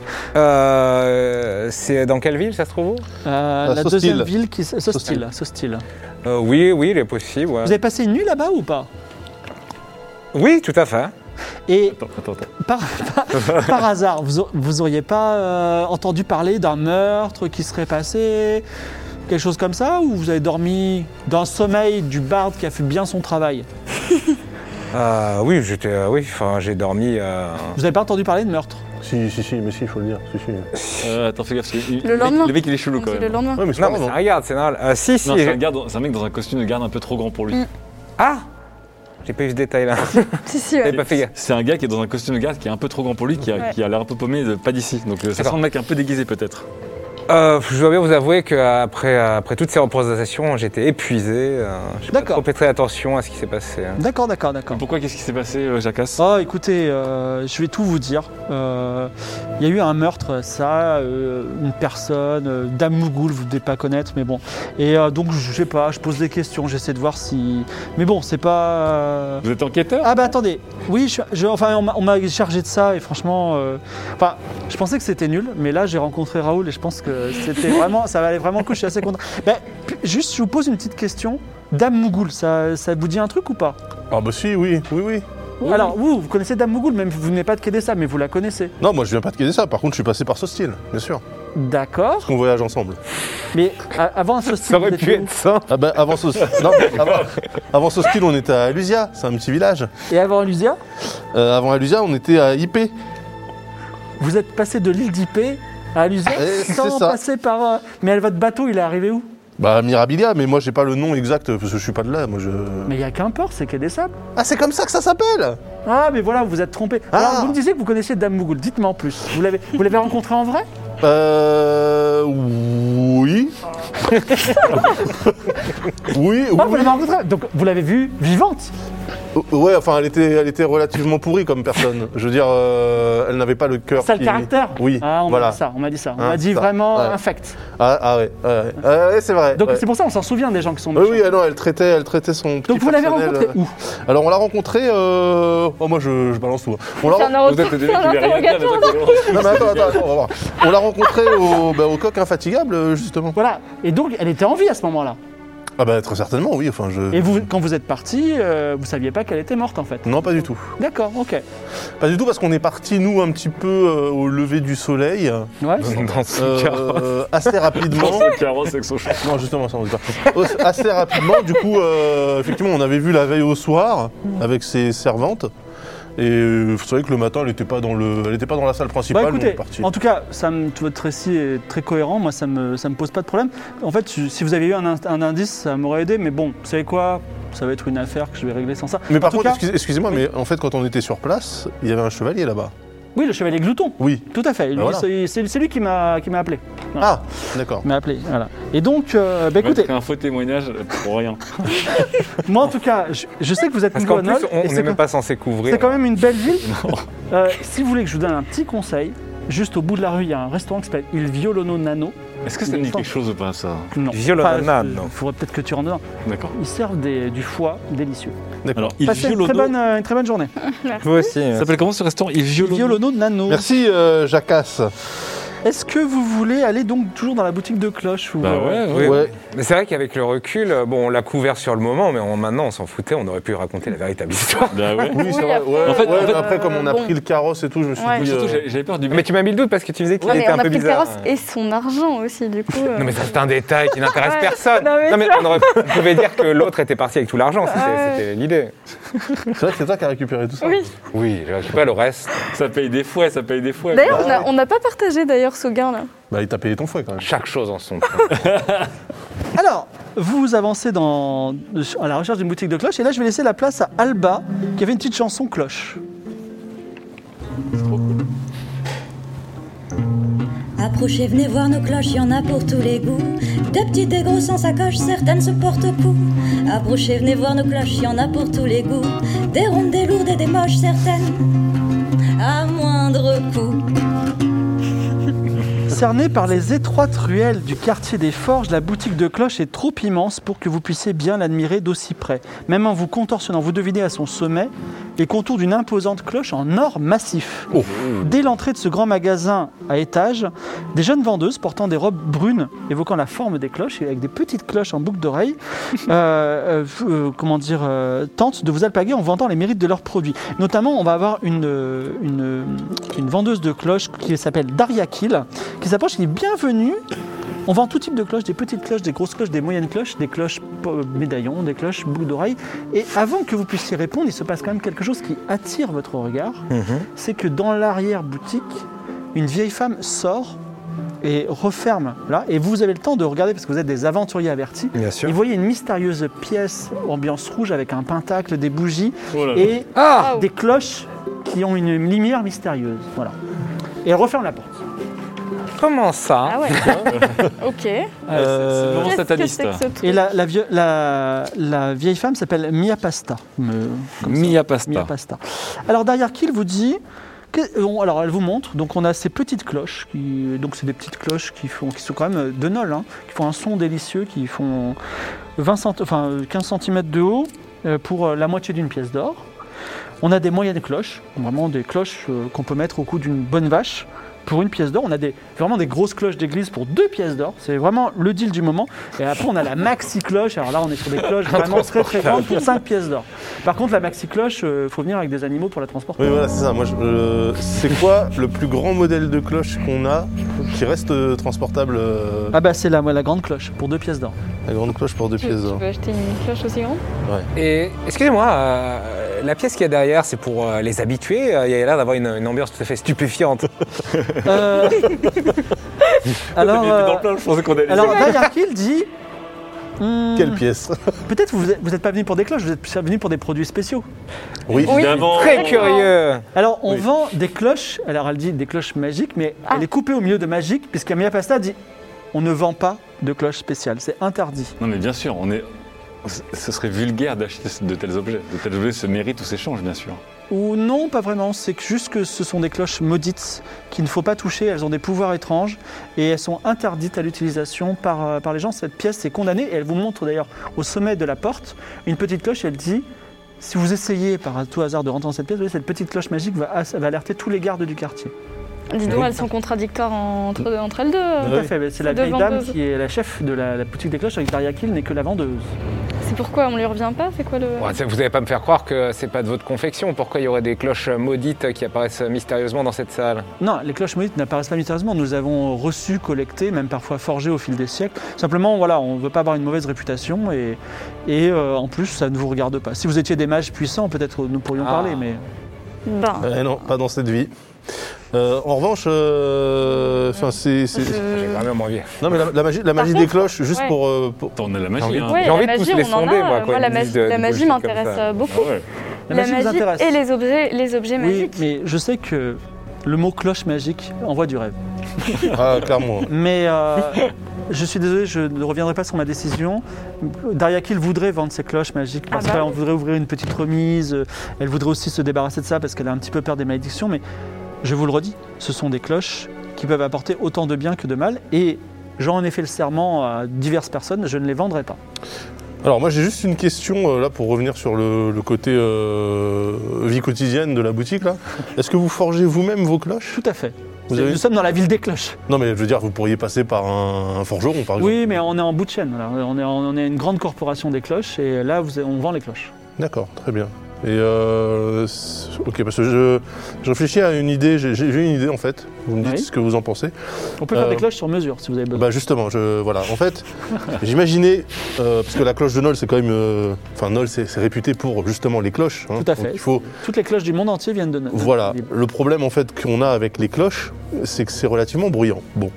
C'est dans quelle ville, ça se trouve où? La Sostil. deuxième ville qui Sostil. Oui, il est possible. Ouais. Vous avez passé une nuit là-bas ou pas? Oui, tout à fait. Et Attends. par hasard, vous auriez pas entendu parler d'un meurtre qui serait passé, quelque chose comme ça, ou vous avez dormi d'un sommeil du barde qui a fait bien son travail? Oui, j'ai dormi. Vous n'avez pas entendu parler de meurtre? Si, mais si, il faut le dire. Si. Attends, fais gaffe. Le lendemain. Le mec, il est chelou quand Le même. lendemain. Ouais, mais c'est Non, pas mais c'est grave. un garde, c'est normal. Si. Non, c'est un mec dans un costume de garde un peu trop grand pour lui. Ah J'ai pas eu ce détail-là. Si, J'avais ouais. pas fait gaffe. C'est un gars qui est dans un costume de garde qui est un peu trop grand pour lui, qui a l'air un peu paumé, pas d'ici. Donc ça sent le mec un peu déguisé peut-être. Je dois bien vous avouer qu'après toutes ces représentations, j'étais épuisé. J'ai pas D'accord. trop prêté attention à ce qui s'est passé. D'accord. Pourquoi, qu'est-ce qui s'est passé, Jacasse? Oh, écoutez, je vais tout vous dire. Il y a eu un meurtre, une personne, Dame Mougoul, vous ne devez pas connaître, mais bon. Et donc, je sais pas, je pose des questions, j'essaie de voir si... Mais bon, c'est pas... Vous êtes enquêteur? Ah bah attendez, oui, on m'a chargé de ça et franchement... je pensais que c'était nul, mais là, j'ai rencontré Raoul et je pense que c'était vraiment... Ça valait vraiment le coup, je suis assez content. Juste, je vous pose une petite question. Dame Mougoul, ça vous dit un truc ou pas? Ah bah si, oui. Alors, vous connaissez Dame Mougoul, même vous venez pas de Quai mais vous la connaissez. Non, moi je viens pas de Quai ça. Par contre, je suis passé par Sostil, bien sûr. D'accord. On voyage ensemble. Mais avant ce Ça aurait pu être ça. Ah bah avant Sostil, avant Sostil, on était à Alusia, c'est un petit village. Et avant Alusia, Avant Alusia, on était à IP. vous êtes passé de l'île d'Ipé à Alusia C'est sans ça. passer par... Mais votre bateau, il est arrivé où? Bah Mirabilia, mais moi j'ai pas le nom exact parce que je suis pas de là. Mais il y a qu'un port, c'est Quai des Sables. Ah, c'est comme ça que ça s'appelle. Ah, mais voilà, vous vous êtes trompé. Ah. Alors, vous me disiez que vous connaissiez Dame Mougoul. Dites-moi en plus. Vous l'avez rencontrée en vrai? Oui. oui. Ah, vous l'avez rencontrée. Donc, vous l'avez vue vivante. Ouais, enfin, elle était relativement pourrie comme personne. Je veux dire, elle n'avait pas le cœur. Ça, le caractère? Oui. Ah, on voilà. m'a dit ça. On m'a dit ça. On Hein, m'a dit ça. vraiment Ouais. infect. Ah ouais, c'est vrai. Donc, ouais. c'est pour ça qu'on s'en souvient des gens qui sont Oui, méchants. oui, non, elle traitait son petit Donc, vous l'avez personnel, rencontrée où? Alors, on l'a rencontré. Oh, moi, je balance tout. On l'a C'est un Vous êtes des mecs qui interrogatoire. verraient rien dire, mais toi, t'es Non, mais attends, on va voir. On l'a rencontré au Coq Infatigable, justement. Voilà. Et donc, elle était en vie à ce moment-là. Ah bah très certainement, oui. Enfin, Et vous, quand vous êtes parti, vous saviez pas qu'elle était morte en fait. Non, pas du tout. D'accord, ok. Pas du tout parce qu'on est parti nous un petit peu au lever du soleil, Ouais. Dans ce cas. assez rapidement. Dans ce carrosse avec son chat. Non, justement, ça on dit pas. Assez rapidement, du coup, effectivement, on avait vu la veille au soir avec ses servantes. Et vous savez que le matin, elle n'était pas dans la salle principale. Bah nous, on écoutez, est parti. en tout cas, votre récit est très cohérent, moi ça me pose pas de problème. En fait, si vous aviez eu un indice, ça m'aurait aidé, mais bon, vous savez quoi? Ça va être une affaire que je vais régler sans ça. Mais par En tout contre, cas- excusez-moi, Oui. mais en fait, quand on était sur place, il y avait un chevalier là-bas. Oui, le chevalier Glouton, Oui. tout à fait. Lui, voilà. c'est lui qui m'a appelé. Ah, d'accord. Il m'a appelé, voilà. Et donc, écoutez, Écoutez, un faux témoignage pour rien. moi en tout cas, je sais que vous êtes Parce qu'en nouveau à plus, Nol, on et n'est même pas censé couvrir. c'est quand même une belle ville. Si vous voulez que je vous donne un petit conseil, juste au bout de la rue, il y a un restaurant qui s'appelle Il Violono Nano. Est-ce que ça me dit quelque chose ou pas, ça? Non, Violono pas- Nano. Il faudrait peut-être que tu rentres dedans. D'accord. Ils servent du foie délicieux. Alors, il Passez une très bonne journée. Vous aussi. Ça s'appelle comment ce restaurant? Il Il Violono Nano. Merci, Jacasse. Est-ce que vous voulez aller donc toujours dans la boutique de cloche ou, Bah ouais. Ouais. Mais c'est vrai qu'avec le recul, bon, on l'a couvert sur le moment, mais maintenant on s'en foutait, on aurait pu raconter la véritable histoire. Bah ouais. Oui, c'est Oui, vrai. après- Ouais, En fait, ouais, en fait, mais après, comme on a bon. pris le carrosse et tout, je me suis Ouais. dit. Surtout, j'avais peur du Mais tu m'as mis le doute parce que tu disais qu'il Ouais, mais était on un a peu pris le bizarre. carrosse et son argent aussi, du coup. Non mais ça c'est un détail qui n'intéresse Ouais. personne. Non, mais on pouvait dire que l'autre était parti avec tout l'argent, c'était l'idée. C'est vrai que c'est toi qui as récupéré tout ça. Oui. Oui, je sais pas le reste. Ça paye des fouets, ça paye des fouets. D'ailleurs, on n'a pas partagé d'ailleurs ce gain là. Bah, il t'a payé ton fouet quand même. Chaque chose en son temps. Alors, vous avancez à la recherche d'une boutique de cloche et là je vais laisser la place à Alba qui avait une petite chanson cloche. Approchez, venez voir nos cloches, y en a pour tous les goûts. De petites et grosses en sacoche, certaines se portent au cou. Approchez, venez voir nos cloches, y en a pour tous les goûts. Des rondes, des lourdes et des moches, certaines à moindre coût. Cernée par les étroites ruelles du quartier des Forges, la boutique de cloche est trop immense pour que vous puissiez bien l'admirer d'aussi près. Même en vous contorsionnant, vous devinez à son sommet les contours d'une imposante cloche en or massif. Dès l'entrée de ce grand magasin à étage, des jeunes vendeuses portant des robes brunes évoquant la forme des cloches et avec des petites cloches en boucle d'oreille tentent de vous alpaguer en vantant les mérites de leurs produits. Notamment, on va avoir une vendeuse de cloches qui s'appelle Daria Kill, qui s'approche, qui dit bienvenue. On vend tout type de cloches, des petites cloches, des grosses cloches, des moyennes cloches, des cloches médaillons, des cloches boucles d'oreilles. Et avant que vous puissiez répondre, il se passe quand même quelque chose qui attire votre regard. C'est que dans l'arrière-boutique, une vieille femme sort et referme là. Et vous avez le temps de regarder parce que vous êtes des aventuriers avertis. Bien sûr. Et vous voyez une mystérieuse pièce ambiance rouge avec un pentacle, des bougies Oh là là. et Ah des cloches qui ont une lumière mystérieuse. Voilà. Et elle referme la porte. Comment ça Ah ouais. Ok. C'est vraiment Qu'est-ce que sataniste. c'est que ce truc? Et la vieille femme s'appelle Mia Pasta. Comme ça. Mia Pasta. Mia Pasta. Alors derrière qui elle vous dit alors elle vous montre, donc on a ces petites cloches, donc c'est des petites cloches qui sont quand même de Nol, hein, qui font un son délicieux, qui font 15 cm de haut pour la moitié d'une pièce d'or. On a des moyennes cloches, vraiment des cloches qu'on peut mettre au cou d'une bonne vache pour une pièce d'or. On a vraiment des grosses cloches d'église pour 2 pièces d'or. C'est vraiment le deal du moment. Et après, on a la maxi cloche. Alors là, on est sur des cloches vraiment très très grandes pour 5 pièces d'or. Par contre, la maxi cloche, il faut venir avec des animaux pour la transporter. Oui, voilà, c'est ça. Moi, c'est quoi le plus grand modèle de cloche qu'on a qui reste transportable Ah bah c'est la grande cloche pour 2 pièces d'or. La grande cloche pour 2 Tu pièces d'or. peux acheter une cloche aussi grande? Et excusez-moi, la pièce qu'il y a derrière, c'est pour les habitués. Il y a l'air d'avoir une ambiance tout à fait stupéfiante. Alors, Je pensais qu'on allait. alors Dayakil dit... Quelle pièce? Peut-être vous n'êtes pas venu pour des cloches, vous êtes venu pour des produits spéciaux. Oui. Oui. Évidemment. Très curieux. Alors on vend des cloches, alors elle dit des cloches magiques, mais elle est coupée au milieu de magique, puisque Mia Pasta dit on ne vend pas de cloches spéciales, c'est interdit. Non mais bien sûr, ce serait vulgaire d'acheter de tels objets. De tels objets se méritent ou s'échangent, bien sûr. Ou non, pas vraiment, c'est juste que ce sont des cloches maudites qu'il ne faut pas toucher, elles ont des pouvoirs étranges et elles sont interdites à l'utilisation par les gens. Cette pièce est condamnée et elle vous montre d'ailleurs au sommet de la porte une petite cloche et elle dit si vous essayez par tout hasard de rentrer dans cette pièce, vous voyez, cette petite cloche magique va alerter tous les gardes du quartier. Dis donc, elles sont contradictoires entre elles deux. Tout à fait, c'est la deux vieille dame vendeuses. qui est la chef de la boutique des cloches avec Dariakil n'est que la vendeuse. C'est pourquoi on lui revient pas? C'est quoi le... Ouais, vous n'allez pas me faire croire que c'est pas de votre confection. Pourquoi il y aurait des cloches maudites qui apparaissent mystérieusement dans cette salle? Non, les cloches maudites n'apparaissent pas mystérieusement. Nous avons reçu, collecté, même parfois forgé au fil des siècles. Simplement, voilà, on ne veut pas avoir une mauvaise réputation et en plus, ça ne vous regarde pas. Si vous étiez des mages puissants, peut-être nous pourrions parler, mais... Ben, Non, pas dans cette vie. En revanche, c'est. J'ai vraiment envie. Non, mais la magie des cloches, juste ouais. pour- On a la magie. hein. ouais, J'ai envie la de tous magie, les on en sonder, a. moi, quand ils la me magie, disent de la magie bullshit comme m'intéresse ça. beaucoup. Ah ouais. La magie vous intéresse. et les objets Oui, magiques. mais je sais que le mot cloche magique envoie du rêve. Ah, clairement. Mais je suis désolé, je ne reviendrai pas sur ma décision. Dariakil voudrait vendre ses cloches magiques parce Ah bah. qu'elle voudrait ouvrir une petite remise. Elle voudrait aussi se débarrasser de ça parce qu'elle a un petit peu peur des malédictions. Mais je vous le redis, ce sont des cloches qui peuvent apporter autant de bien que de mal. Et j'en ai fait le serment à diverses personnes, je ne les vendrai pas. Alors moi j'ai juste une question là pour revenir sur le côté vie quotidienne de la boutique là. Est-ce que vous forgez vous-même vos cloches? Tout à fait. Vous avez- Nous sommes dans la ville des cloches. Non mais je veux dire vous pourriez passer par un forgeron par exemple. Oui, mais on est en bout de chaîne. Voilà. On est une grande corporation des cloches et là, on vend les cloches. D'accord, très bien. Et ok, parce que je réfléchis à une idée, j'ai une idée en fait. Vous me dites Oui. ce que vous en pensez. On peut faire des cloches sur mesure si vous avez besoin. Bah justement, voilà. En fait, j'imaginais, parce que la cloche de Nol, c'est quand même, Nol, c'est réputé pour justement les cloches. Hein. Tout à fait. Donc, il faut, Toutes les cloches du monde entier viennent de Nol. voilà. Le problème en fait qu'on a avec les cloches, c'est que c'est relativement bruyant. Bon,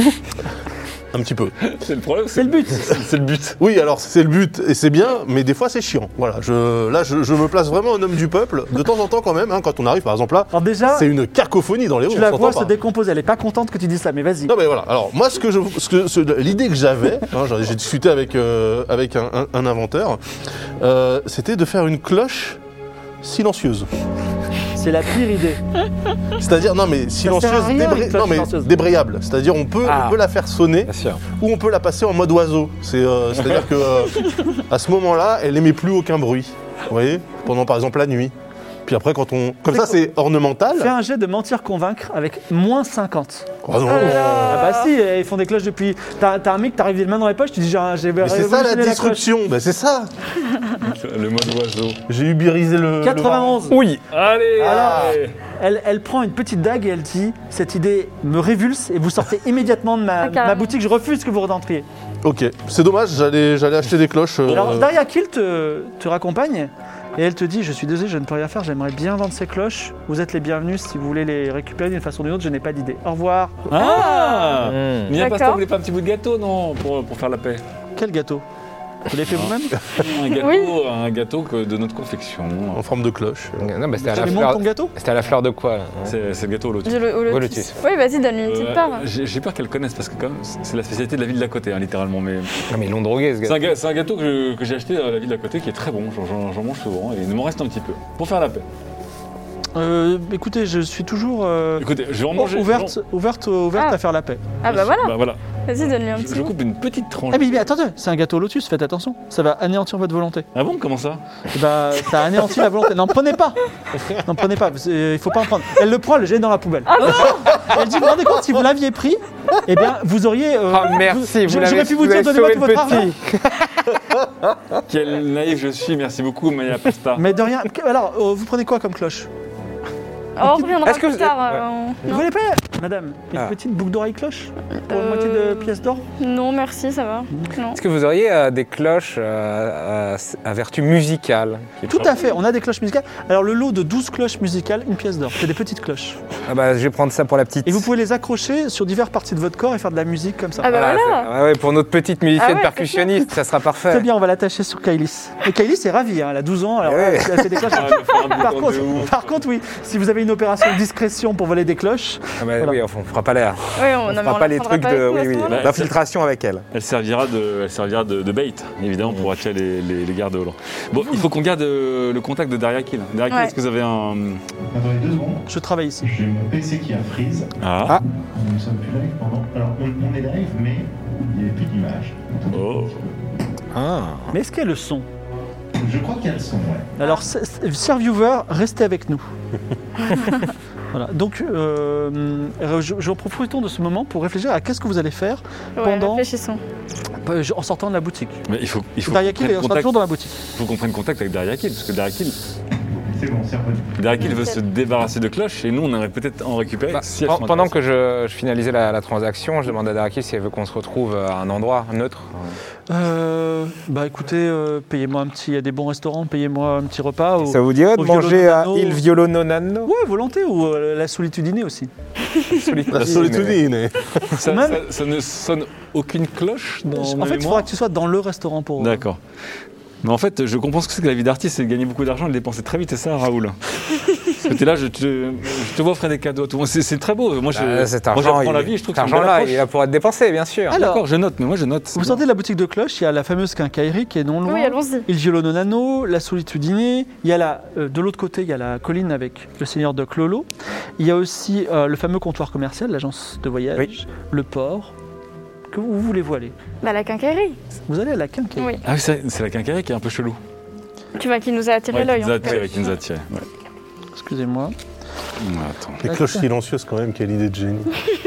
un petit peu. C'est le problème. C'est le but. C'est le but. Oui, alors c'est le but et c'est bien, mais des fois c'est chiant. Voilà. Je me place vraiment en homme du peuple. De temps en temps quand même, hein, quand on arrive par exemple là, Alors déjà, c'est une cacophonie dans les rues. tu on la s'entend vois pas. se décomposer. Elle est pas contente que tu dises ça, mais vas-y. Non mais voilà, alors moi l'idée que j'avais, hein, j'ai discuté avec un inventeur, c'était de faire une cloche silencieuse. C'est la pire idée. C'est-à-dire, non mais silencieuse, sert à rien, une cloche silencieuse. débrayable. C'est-à-dire on peut la faire sonner Bien sûr. ou on peut la passer en mode oiseau. C'est-à-dire que à ce moment-là, elle émet plus aucun bruit. Vous voyez, pendant par exemple la nuit. Puis après quand on... Comme ça c'est ornemental. Fais un jet de mentir convaincre avec moins 50. Oh non. Ah bah si, ils font des cloches depuis... T'as un mec, t'arrives les mains dans les poches, tu dis genre j'ai Mais c'est ça la révolutionné cloche. disruption, ben, c'est ça. Le mode oiseau. J'ai ubirisé le... 91. Oui. Allez. Alors, allez. elle prend une petite dague et elle dit cette idée me révulse et vous sortez immédiatement de carrément. ma boutique, je refuse que vous rentriez. Ok, c'est dommage, j'allais acheter des cloches. Alors Dariakil te raccompagne Et elle te dit, je suis désolé, je ne peux rien faire, j'aimerais bien vendre ces cloches. Vous êtes les bienvenus si vous voulez les récupérer d'une façon ou d'une autre, je n'ai pas d'idée. Au revoir. Ah Nina D'accord. Pasta, vous voulez pas un petit bout de gâteau, non, pour faire la paix? Quel gâteau? Vous l'avez fait vous-même? Un gâteau de notre confection. En forme de cloche. Non, bah, c'était à Tu la lui fleur. montres ton gâteau? C'était à la fleur de quoi là, hein C'est le gâteau au lotus. Au lotus. Oui, vas-y, donne-lui une petite part. J'ai peur qu'elle connaisse parce que comme c'est la spécialité de la ville d'à côté, hein, littéralement. Mais Non, mais ils l'ont drogué ce gars. c'est un gâteau que j'ai acheté à la ville d'à côté qui est très bon. J'en mange souvent et il me reste un petit peu pour faire la paix. Écoutez, je suis toujours Écoutez, je vais en manger. ouverte Ah. à faire la paix. Ah bah voilà, Bah voilà. vas-y, donne-lui un Je petit bout. coupe une petite tranche. Ah mais attendez, c'est un gâteau au lotus, faites attention, ça va anéantir votre volonté. Ah bon, comment ça? Et bah, ça anéantit la volonté. N'en prenez pas. N'en prenez pas. Il faut pas en prendre. Elle le prend, elle le jette dans la poubelle. Elle dit, vous vous rendez compte, si vous l'aviez pris, eh bien, vous auriez. Ah merci, vous j'aurais l'avez pu vous dire, donnez-moi tout votre argent. Quel naïf je suis. Merci beaucoup, Maya Pasta. Mais de rien. Alors, vous prenez quoi comme cloche? Oh, on reviendra Est-ce que plus vous- tard. Vous Non. voulez pas, madame, une Ah. petite boucle d'oreille cloche pour une moitié de pièce d'or? Non, merci, ça va. Non. Est-ce que vous auriez des cloches à vertu musicale? Tout à fait, on a des cloches musicales. Alors, le lot de 12 cloches musicales, une pièce d'or. C'est des petites cloches. Ah bah je vais prendre ça pour la petite. Et vous pouvez les accrocher sur diverses parties de votre corps et faire de la musique comme ça. Ah bah voilà. c'est- ouais, pour notre petite musicienne Ah ouais, percussionniste, ça sera parfait. Très bien, on va l'attacher sur Kailis. Et Kailis est ravie, hein, elle a 12 ans, alors Ouais. elle fait des cloches. Ah, elle va faire un Par boucan de ouf. contre, oui, si vous avez une opération discrétion pour voler des cloches, Ah bah Voilà. oui, on fera pas l'air. Oui, On fera pas les trucs d'infiltration avec elle. Elle servira de bait, évidemment, pour attirer les gardes au long. Bon, il faut qu'on garde le contact de Daria Kill. Daria Kill, Ouais. est-ce que vous avez un... Attendez 2 secondes. je travaille ici. J'ai mon PC qui a freeze. Ah, Nous ne sommes plus live pendant. Alors, on est live, mais il n'y a plus d'image. Oh. Ah. Mais est-ce qu'il y a le son? Je crois qu'il y a le son, ouais. Alors, chers viewers, restez avec nous. Voilà, donc j'en profitons de ce moment pour réfléchir à qu'est-ce que vous allez faire Ouais, pendant, réfléchissons. en sortant de la boutique. Mais il faut Daria qu'on Kill, prenne on sera contact, toujours dans la boutique. faut qu'on prenne contact avec Daria Kill, parce que Daria Kill C'est bon, c'est revenu. veut se débarrasser de cloches et nous, on aimerait peut-être en récupérer. Bah, si elles sont pendant intéressantes. que je finalisais la transaction, je demandais à Darakil si elle veut qu'on se retrouve à un endroit neutre. Bah écoutez, payez-moi un petit, il y a des bons restaurants, payez-moi un petit repas. Ça vous dirait de au manger à Violo Il Violo Nonano? Ouais, volonté, ou la solitudinée aussi. La solitude. Ça, Même- ça ne sonne aucune cloche dans En ma fait, il mémoire. faudra que tu sois dans le restaurant pour... D'accord. Mais en fait, je comprends ce que c'est que la vie d'artiste, c'est de gagner beaucoup d'argent et de le dépenser très vite, c'est ça, Raoul? Parce que t'es là, je te vois offrir des cadeaux à tout le monde. C'est très beau. Moi, Cet moi, argent, j'apprends la vie et je trouve que c'est une belle argent-là, approche. il va pouvoir être dépensé, bien sûr. Alors, D'accord, je note, mais moi je note. vous sortez de la boutique de cloche, il y a la fameuse quincaillerie qui est non loin. Oui, allons-y. Il Violo Nonano, la solitudinée. Il y a de l'autre côté, il y a la colline avec le seigneur de Clolo. Il y a aussi le fameux comptoir commercial, l'agence de voyage, Oui. le port. Où voulez-vous aller? Bah, la quincaillerie. Vous allez à la quincaillerie. Oui. Ah oui, c'est la quincaillerie qui est un peu chelou. Tu vois, qui nous a attiré Ouais, l'œil. qui nous a en attiré, fait. qui nous a attiré. Ouais. Excusez-moi. Attends. Les cloches silencieuses quand même, quelle idée de génie.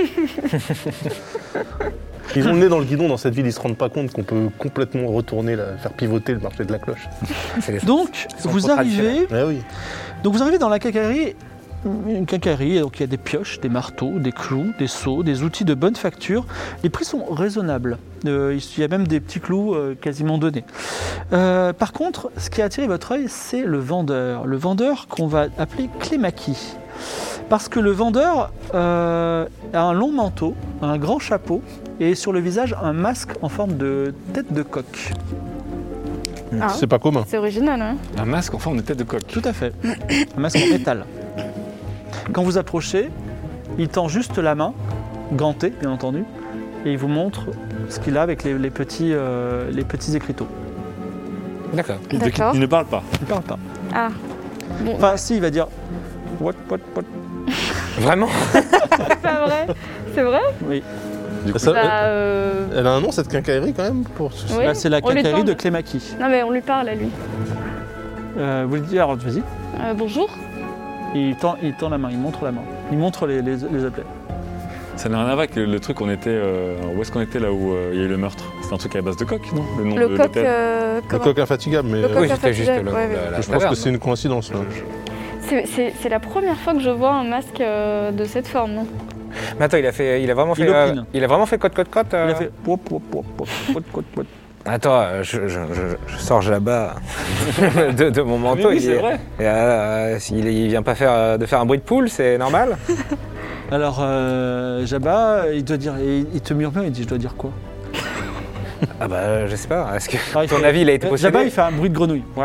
Ils ont le nez dans le guidon dans cette ville, ils se rendent pas compte qu'on peut complètement retourner, faire pivoter le marché de la cloche. C'est les- Donc, sont vous trop arrivez, Ah oui. dans la quincaillerie. Une quincaillerie, donc il y a des pioches, des marteaux, des clous, des seaux, des outils de bonne facture. Les prix sont raisonnables. Il y a même des petits clous quasiment donnés. Par contre, ce qui a attiré votre œil, c'est le vendeur. Le vendeur qu'on va appeler Clémaki. Parce que le vendeur a un long manteau, un grand chapeau et sur le visage un masque en forme de tête de coq. Ah, C'est pas commun. c'est original, hein. Un masque en forme de tête de coq. Tout à fait. Un masque en métal. Quand vous approchez, il tend juste la main, gantée bien entendu, et il vous montre ce qu'il a avec les petits écriteaux. D'accord. D'accord. Il ne parle pas. Il ne parle pas. Ah. Bon, Enfin, si, il va dire what. Vraiment? c'est pas vrai. C'est vrai? Oui. Du coup, Ça- Bah, Elle a un nom cette quincaillerie quand même pour... oui. Là, c'est la On lui quincaillerie tend- de Clémaki. Non, mais on lui parle à lui. Vous voulez dire, alors vas-y. Bonjour. Il tend la main, il montre la main. Il montre les objets. ça n'a rien à voir avec le truc, on était. Où est-ce qu'on était là où il y a eu le meurtre? C'était un truc à la base de coq, non? nom Le de coq. l'hôtel. Le Comment coq infatigable, mais Le coq Oui, c'était juste infatigable, ouais, ouais. la je pense que taverne. c'est une coïncidence. Là. C'est la première fois que je vois un masque de cette forme, non? Mais attends, il a vraiment fait opine. il a vraiment fait cote. Il a fait wop, wop, wop, wop, wop, wop, wop. Attends, je sors Jabba de mon manteau. Oui, c'est vrai. Il vient pas faire un bruit de poule, c'est normal? Alors, Jabba, il te murmure, il dit, je dois dire quoi? Ah bah, je sais pas. Est-ce que Alors, ton avis, il a été possédé? Jabba, il fait un bruit de grenouille. Ouais.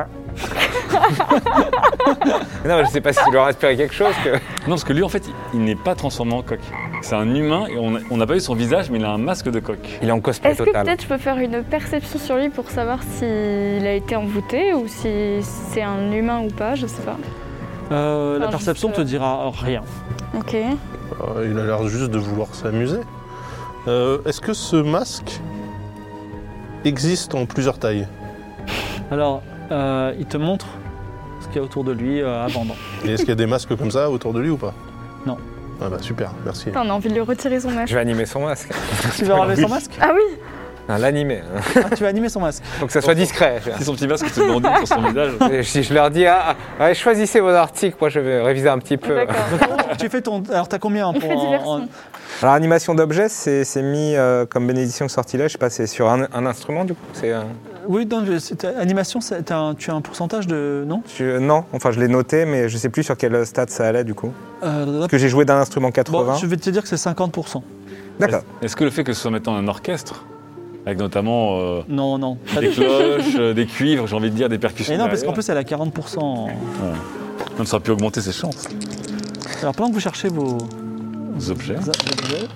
Non, je sais pas s'il leur a inspiré quelque chose. Non, parce que lui, en fait, il n'est pas transformé en coq. C'est un humain et on n'a pas vu son visage, mais il a un masque de coq. Il est en cosplay Est-ce que total. peut-être je peux faire une perception sur lui pour savoir s'il a été envoûté ou si c'est un humain ou pas, je sais pas. La perception te dira rien. Ok. Il a l'air juste de vouloir s'amuser. Est-ce que ce masque existe en plusieurs tailles? Alors, il te montre ce qu'il y a autour de lui à vendre. Et est-ce qu'il y a des masques comme ça autour de lui ou pas? Non. Ah bah super, merci. Putain, on a envie de lui retirer son masque. Je vais animer son masque. Tu veux enlever son masque? Ah oui. L'animer. Ah, tu vas animer son masque. Faut que ça soit discret. Si son petit masque se brandit sur son visage. Et si je leur dis, ouais, choisissez vos articles, moi je vais réviser un petit peu. D'accord. Tu fais ton. Alors, t'as combien Il fait diversion. Alors, animation d'objets, c'est mis comme bénédiction de sortilège, je sais pas, c'est sur un instrument du coup? Oui, non, animation, tu as un pourcentage de. Non? Non, enfin je l'ai noté, mais je sais plus sur quel stade ça allait du coup. Parce que j'ai joué d'un instrument 80. Bon, je vais te dire que c'est 50%. D'accord. Est-ce que le fait que ce soit maintenant un orchestre, avec notamment Non. des cloches, des cuivres, j'ai envie de dire, des percussions. Et non, parce derrière. qu'en plus, elle a 40%. Même ça aurait pu augmenter ses chances. Alors, pendant que vous cherchez vos Objets. objets,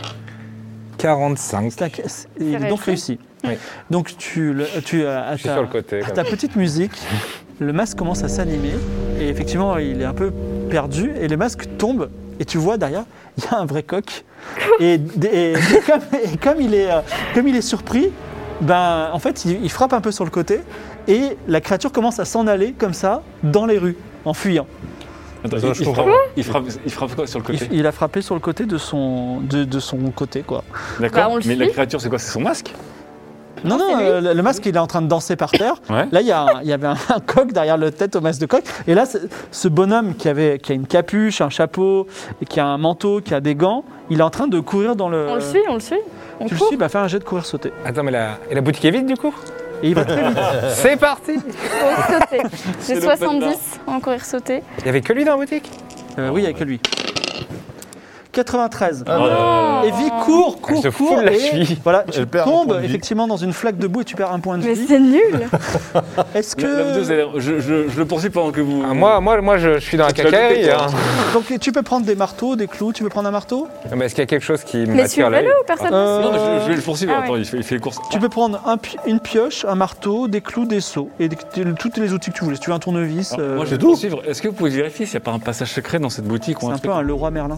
45. il est donc réussi. Oui. Donc, tu as Je suis sur le côté. à ta petite musique, le masque commence à s'animer et effectivement, il est un peu perdu et le masque tombe et tu vois derrière, il y a un vrai coq. Et comme il est surpris, ben, en fait, il frappe un peu sur le côté et la créature commence à s'en aller comme ça dans les rues en fuyant. Attends, il frappe quoi sur le côté? Il a frappé sur le côté de son côté, quoi. D'accord, Bah, on le mais la suit. créature, c'est quoi? C'est son masque? Non, le masque, il est en train de danser par terre. Ouais. Là, il y avait un coq derrière la tête au masque de coq. Et là, ce bonhomme qui a une capuche, un chapeau, et qui a un manteau, qui a des gants, il est en train de courir dans le... On le suit. On Tu le court. suis, fais un jet de courir sauter. Attends, mais la boutique est vide du coup? Et il va très vite. C'est parti! Courir sauter. J'ai le 70 open en courir sauter. Il y avait que lui dans la boutique? Oui, il n'y a que lui. 93. Oh. Evie court Elle se fout de la cheville. voilà, tu Elle perd un tombes point de vie. effectivement dans une flaque de boue et tu perds un point de Mais vie. c'est nul. Est-ce La vidéo, que je le poursuis pendant que vous... Ah, moi je suis dans la Tu vas cacaillerie. le faire, Hein. donc tu peux prendre des marteaux, des clous, tu veux prendre un marteau? Non, mais est-ce qu'il y a quelque chose qui Mais m'attire l'œil? suivez-le ou personne ne suit? Non, mais je vais le poursuivre. Ah Attends, ouais. il fait les courses. Tu peux prendre une pioche, un marteau, des clous, des seaux et tous les outils que tu voulais. Si tu veux un tournevis, Alors, moi, je c'est vais tout. poursuivre. Est-ce que vous pouvez vérifier s'il n'y a pas un passage secret dans cette boutique c'est ou un truc peu un Leroy Merlin.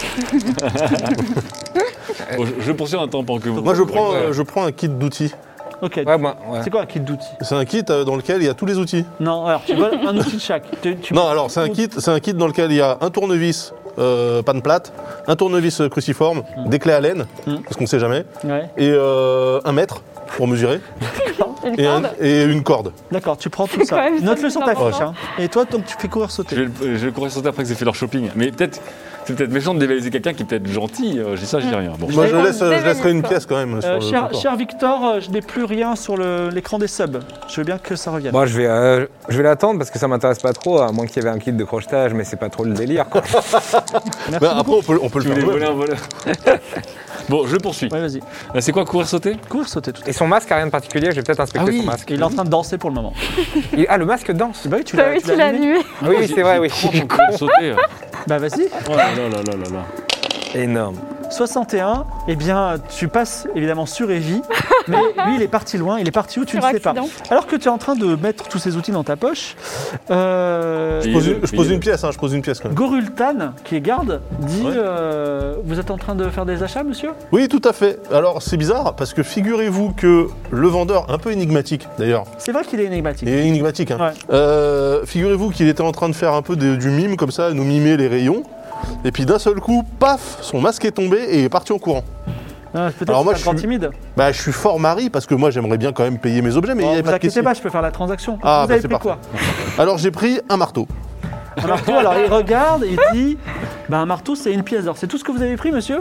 Bon, je poursuis en attendant pendant que vous... Moi je prends un kit d'outils. Ok. Ouais. C'est quoi un kit d'outils? C'est un kit dans lequel il y a tous les outils. Non, alors tu voles un outil de chaque. Non, alors c'est un kit dans lequel il y a un tournevis panne plate, un tournevis cruciforme, des clés à laine, parce qu'on ne sait jamais, Ouais. et un mètre pour mesurer, Une et, corde. et une corde. D'accord, tu prends tout ça. Ouais, ça, Note-le sur ta c'est fiche. Hein. Et toi, donc tu fais courir sauter. Je vais courir sauter après que j'ai fait leur shopping. Mais c'est peut-être méchant de dévaliser quelqu'un qui est peut-être gentil. Je dis ça, je dis rien. Bon. Moi je on laisserai une dévalise, pièce quand même. sur le comptoir. Cher Victor, je n'ai plus rien sur l'écran des subs. Je veux bien que ça revienne. Bon, je vais l'attendre parce que ça m'intéresse pas trop, à moins qu'il y avait un kit de crochetage, mais c'est pas trop le délire quoi. Merci Bah, beaucoup. après on peut le Tu voulais faire. voler un voleur. Bon, je poursuis. Ouais, vas-y. C'est quoi, courir sauter? Courir sauter tout. Et son masque a rien de particulier, je vais peut-être inspecter Ah oui. son masque. Il est en train de danser pour le moment. Ah, le masque danse? Bah oui, tu Bah oui, tu l'as animé. animé. Oui, c'est vrai, oui. Courir sauter. Bah vas-y. Oh là là là là là là. Énorme. 61, eh bien, tu passes évidemment sur Evie, mais lui, il est parti loin. Il est parti où, tu ne Sur sais pas. accident. Alors que tu es en train de mettre tous ces outils dans ta poche, Je pose une pièce, je pose une pièce quand même. Gorultan, qui est garde, dit Ouais. Vous êtes en train de faire des achats, monsieur? Oui, tout à fait. Alors c'est bizarre parce que figurez-vous que le vendeur, un peu énigmatique d'ailleurs, C'est vrai qu'il est énigmatique. il est énigmatique, hein. Ouais. Figurez-vous qu'il était en train de faire un peu du mime comme ça, nous mimer les rayons. Et puis d'un seul coup, paf, son masque est tombé et est parti en courant. Ah, Peut-être Alors que moi, c'est un grand je suis- timide. Bah je suis fort mari parce que moi j'aimerais bien quand même payer mes objets, mais il Bon, n'y avait vous pas de inquiétez caissier. pas, je peux faire la transaction. Ah, vous bah, avez c'est pris parfait. quoi? Alors j'ai pris un marteau. Un marteau, alors il regarde et il dit un marteau, c'est une pièce d'or. C'est tout ce que vous avez pris, monsieur?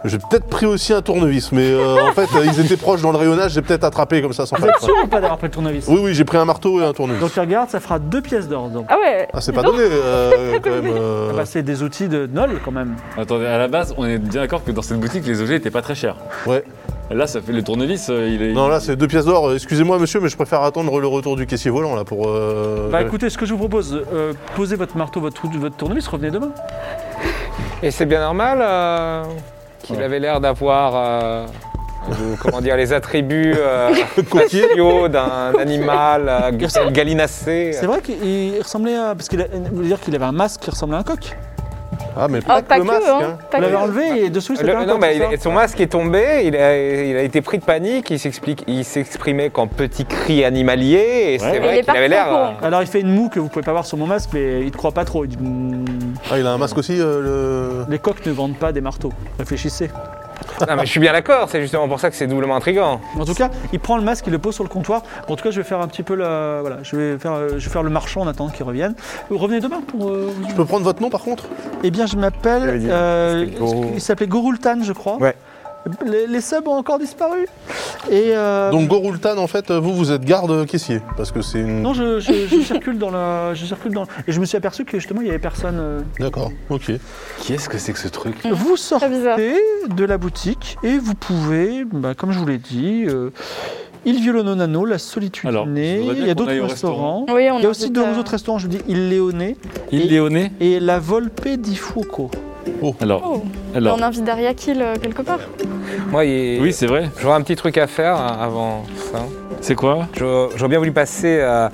J'ai peut-être pris aussi un tournevis, mais en fait, ils étaient proches dans le rayonnage, j'ai peut-être attrapé comme ça sans Vous faire êtes exprès. sûr ou pas d'avoir pris le tournevis? Oui, j'ai pris un marteau et un tournevis. Donc tu regardes, ça fera 2 pièces d'or. Donc. Ah ouais. Ah, c'est pas donné, quand même. Ah bah, c'est des outils de Nol quand même. Attendez, à la base, on est bien d'accord que dans cette boutique, les objets n'étaient pas très chers. Ouais. Là, ça fait le tournevis, il est... Non, là, c'est 2 pièces d'or. Excusez-moi, monsieur, mais je préfère attendre le retour du caissier volant, là, pour... Bah écoutez, ce que je vous propose, posez votre marteau, votre tournevis, revenez demain. Et c'est bien normal qu'il avait l'air d'avoir les attributs sociaux d'un animal gallinacé. C'est vrai qu'il ressemblait à... Parce qu'il veut dire qu'il avait un masque qui ressemblait à un coq. Ah, mais pas que le masque, hein. Vous l'avez enlevé et dessous, c'était un Non, coq, mais c'est ça son masque est tombé, il a été pris de panique, il s'exprimait qu'en petits cris animaliers, et c'est vrai qu'il avait l'air... Alors il fait une moue que vous pouvez pas voir sur mon masque, mais il te croit pas trop. Il dit, Ah, il a un masque aussi, Les coqs ne vendent pas des marteaux. Réfléchissez. Non, mais je suis bien d'accord, c'est justement pour ça que c'est doublement intriguant. En tout cas, il prend le masque, il le pose sur le comptoir. En tout cas, je vais faire un petit peu voilà, je vais faire le marchand en attendant qu'il revienne. Revenez demain pour. Je peux prendre votre nom par contre? Eh bien, je m'appelle. Il s'appelait Gorultan, je crois. Ouais. Les subs ont encore disparu. Et donc Gorultan, en fait, vous êtes garde caissier, parce que c'est une... Non, je circule dans la... Et je me suis aperçu que justement, il n'y avait personne... D'accord, ok. Qu'est-ce que c'est que ce truc? Vous sortez de la boutique et vous pouvez, comme je vous l'ai dit... Il Violono Nano, la Solitude Née, il y a d'autres restaurants. Oui, il y a aussi deux autres restaurants, je dis Il Leone. Et la Volpe di Fuoco. Oh. Alors. On invite Daria Kill quelque part. Moi, oui, c'est vrai. J'aurais un petit truc à faire avant ça. C'est quoi? J'aurais bien voulu passer à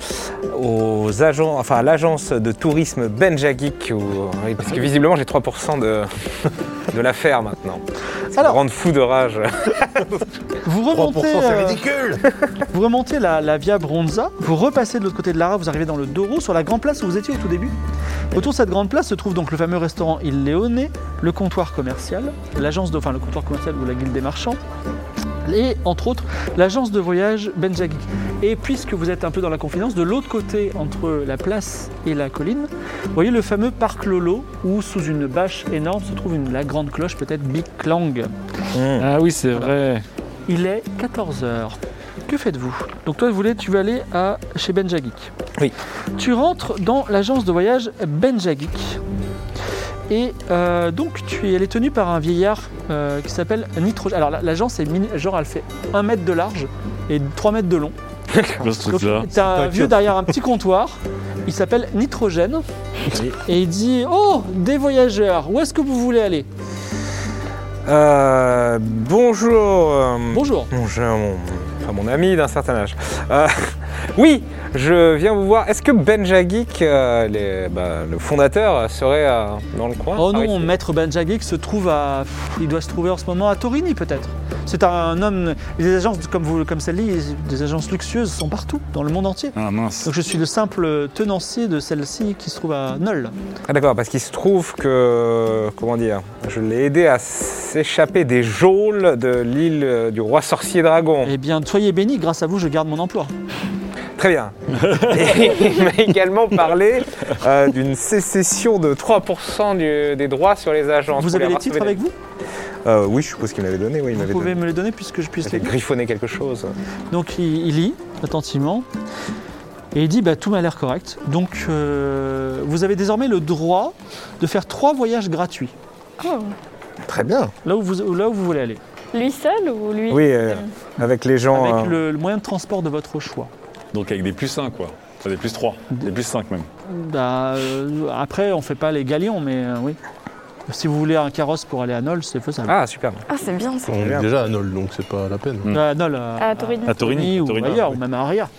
l'agence de tourisme Benjagik, parce que visiblement j'ai 3% de l'affaire maintenant. Ça me rend fou de rage. Vous remontez, 3%, c'est ridicule. Vous remontez la Via Bronza, vous repassez de l'autre côté de l'Ara, vous arrivez dans le Douro, sur la grande place où vous étiez au tout début. Autour de cette grande place se trouve donc le fameux restaurant Il Leone, le comptoir commercial, le comptoir commercial ou la guilde des marchands, et entre autres l'agence de voyage Benjagik. Et puisque vous êtes un peu dans la confidence, de l'autre côté entre la place et la colline, vous voyez le fameux parc Lolo où sous une bâche énorme se trouve la grande cloche, peut-être Big Clang. Ah oui, c'est vrai. Il est 14h. Que faites-vous? Donc toi tu veux aller chez Benjagik. Oui. Tu rentres dans l'agence de voyage Benjagik. Et donc elle est tenue par un vieillard qui s'appelle Nitro. Alors l'agence elle fait 1 mètre de large et 3 mètres de long. Donc t'as un vieux derrière un petit comptoir. Il s'appelle Nitrogène. Oui. Et il dit: oh, des voyageurs, où est-ce que vous voulez aller? Bonjour. Bonjour. Mon ami d'un certain âge. Oui, je viens vous voir. Est-ce que Benjagik, le fondateur, serait dans le coin? Oh non, maître Benjagik il doit se trouver en ce moment à Torini peut-être. C'est un homme. Les agences comme celle-ci, des agences luxueuses sont partout, dans le monde entier. Ah mince. Donc je suis le simple tenancier de celle-ci qui se trouve à Nol. Ah d'accord, parce qu'il se trouve que, je l'ai aidé à s'échapper des geôles de l'île du roi sorcier dragon. Eh bien, soyez bénis, grâce à vous, je garde mon emploi. Très bien. Et il m'a également parlé d'une sécession de 3% des droits sur les agences. Vous avez les titres avec vous? Oui, je suppose qu'il m'avait donné. Oui, vous pouvez me les donner puisque je puisse les lire. Griffonner quelque chose. Donc il lit attentivement et il dit tout m'a l'air correct. Donc vous avez désormais le droit de faire 3 voyages gratuits. Oh. Très bien. Là où vous voulez aller. Lui seul ou lui? Oui, avec les gens. Avec le moyen de transport de votre choix. Donc avec des +1 quoi. Enfin, des +3, des +5 même. Après, on fait pas les galions, mais oui. Si vous voulez un carrosse pour aller à Nol, c'est faisable. Ah, super. Ah, c'est bien ça. On est déjà à Nol, donc c'est pas la peine. À Nol, à Torini. À Torini ou ailleurs, ou même à Aria.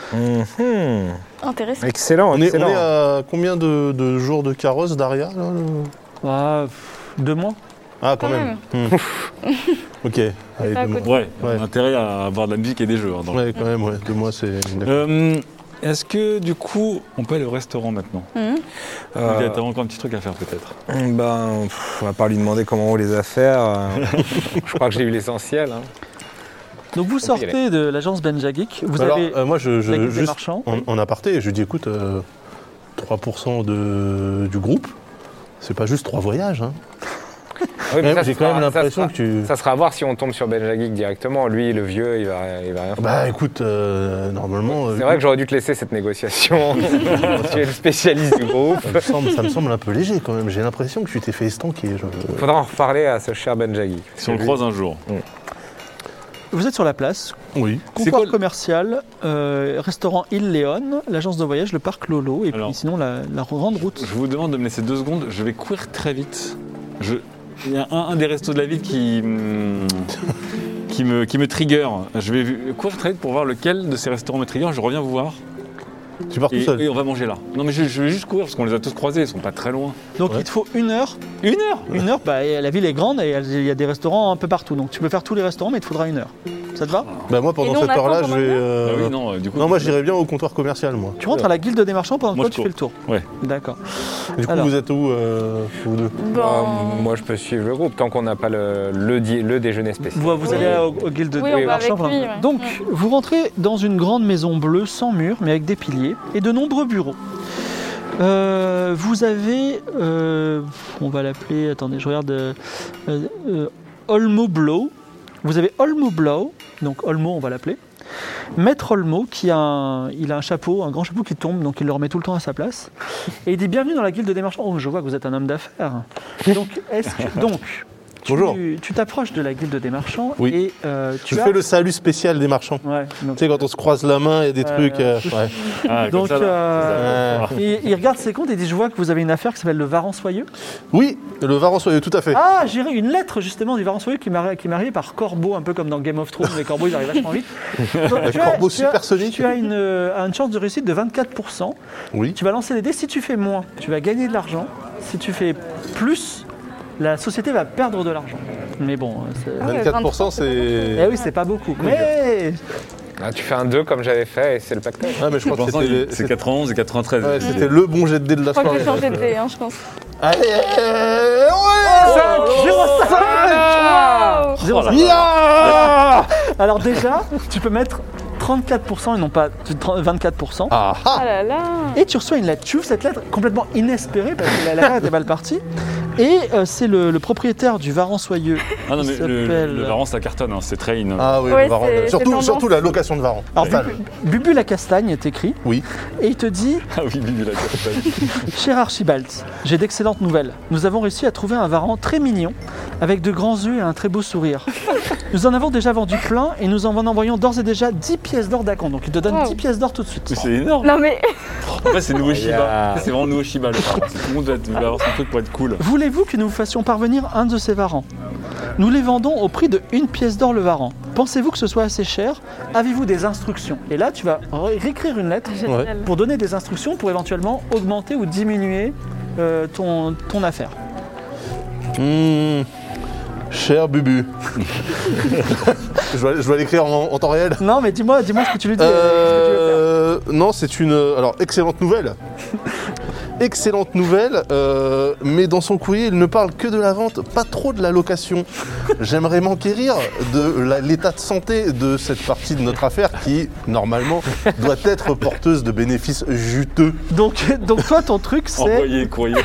Intéressant. Excellent. On est à combien de jours de carrosse d'Aria là 2 mois. Ah, quand même. Ok. Allez, 2 mois. Ouais, on a intérêt à avoir de la musique et des jeux. Hein, ouais, quand même, 2 mois, c'est... Est-ce que, du coup, on peut aller au restaurant maintenant? T'as encore un petit truc à faire, peut-être? On va pas lui demander comment vont les affaires. Je crois que j'ai eu l'essentiel. Hein. Donc vous sortez de l'agence Benjagik. Vous avez moi, des marchands. En aparté, je dis, écoute, 3% du groupe, c'est pas juste 3 voyages. Hein. Oui, mais ça, J'ai quand même l'impression que tu... Ça sera à voir si on tombe sur Benjagik directement. Lui, le vieux, il va rien faire. Bah écoute, normalement... C'est vrai que j'aurais dû te laisser cette négociation. Tu es le spécialiste du groupe. ça me semble un peu léger quand même. J'ai l'impression que tu t'es fait estanquer. Il faudra en reparler à ce cher Benjagik. Si on le croise un jour. Vous êtes sur la place, Oui. comptoir commercial, restaurant Île Léon, l'agence de voyage, le parc Lolo, et Alors, puis sinon la grande route. Je vous demande de me laisser 2 secondes, je vais courir très vite. Il y a un des restos de la ville qui me trigger. Je vais courir très vite pour voir lequel de ces restaurants me trigger. Je reviens vous voir. Tu pars tout seul. Et on va manger là. Non mais je vais juste courir parce qu'on les a tous croisés, ils sont pas très loin. Donc il te faut 1 heure. 1 heure 1 heure, bah, la ville est grande et il y a des restaurants un peu partout. Donc tu peux faire tous les restaurants, mais il te faudra 1 heure. Ça te va? Bah moi pendant Et nous, cette on heure-là, attend je vais... Ah oui, non, du coup. Non, moi j'irais bien au comptoir commercial, moi. Tu rentres à la guilde des marchands pendant que Moi, toi je tu fais le tour. Ouais. D'accord. Du coup, Alors. vous êtes où, vous deux? Moi, je peux suivre le groupe tant qu'on n'a pas le déjeuner spécial. Vous allez aux guildes Oui, des on va avec marchands. lui, ouais. Donc vous rentrez dans une grande maison bleue sans mur, mais avec des piliers et de nombreux bureaux. Vous avez, on va l'appeler, attendez, je regarde, Olmo Blow. Vous avez Olmo Blow, donc Olmo, on va l'appeler. Maître Olmo, il a un chapeau, un grand chapeau qui tombe, donc il le remet tout le temps à sa place. Et il dit bienvenue dans la guilde des marchands. Oh, je vois que vous êtes un homme d'affaires. Donc, Bonjour. Tu t'approches de la guilde des marchands Oui. et Je fais le salut spécial des marchands. Ouais, donc, Tu sais, quand on se croise la main, il y a des trucs... ouais. Ah, donc, comme ça, là. il regarde ses comptes et dit je vois que vous avez une affaire qui s'appelle le Varan Soyeux. Oui, le Varan Soyeux, tout à fait. Ah, j'ai une lettre justement du Varan Soyeux qui est marié par Corbeau, un peu comme dans Game of Thrones, les corbeaux ils arrivent vachement vite. Donc, Corbeau supersonique. Tu as une chance de réussite de 24%. Oui. Tu vas lancer les dés. Si tu fais moins, tu vas gagner de l'argent. Si tu fais plus, la société va perdre de l'argent. Mais bon, 24%, c'est... Eh oui, c'est pas beaucoup. Mais Ah, tu fais un 2 comme j'avais fait et c'est le pactage. Ah, mais je crois que Pour l'instant, c'est 91 et 93. Ouais, c'était le bon jet de dés de la Je crois que soirée. j'ai changé de dé, je pense. Allez, Zéro. yeah. alors déjà, tu peux mettre 34% et non pas 24%. Ah, Ah là là. Et tu reçois une lettre. Tu ouvres cette lettre complètement inespérée parce que la lettre était mal partie. Et c'est le propriétaire du Varan Soyeux. Ah non, mais qui s'appelle- le Varan, ça cartonne, hein, c'est très in. Ah oui, Ouais, le Varan. c'est tendance. Surtout la location de Varan. Alors, Ça, Bubu la Castagne est écrit. Oui. Et il te dit Ah oui, Bibi la cartonne. cher Archibald, j'ai d'excellentes nouvelles. Nous avons réussi à trouver un Varan très mignon, avec de grands yeux et un très beau sourire. Nous en avons déjà vendu plein et nous en envoyons d'ores et déjà 10 pièces d'or d'acompte. Donc il te donne Wow. 10 pièces d'or tout de suite. Mais c'est énorme. Non mais En fait, c'est nouveau Shiba. Yeah. C'est vraiment nouveau Shiba, le Varan. Tout le monde va avoir son truc pour être cool. Voulez-vous que nous vous fassions parvenir un de ces varans? Nous les vendons au prix de 1 pièce d'or le varan. Pensez-vous que ce soit assez cher? Avez-vous des instructions? Et là, tu vas réécrire une lettre génial. pour donner des instructions pour éventuellement augmenter ou diminuer ton affaire. Cher Bubu. je dois l'écrire en temps réel. Non, mais dis-moi ce que tu lui dis. ce que tu veux faire. Non, c'est une... Alors, excellente nouvelle. Excellente nouvelle, mais dans son courrier, il ne parle que de la vente, pas trop de la location. J'aimerais m'enquérir de l'état de santé de cette partie de notre affaire qui, normalement, doit être porteuse de bénéfices juteux. Donc toi, ton truc, c'est... Envoyer courrier.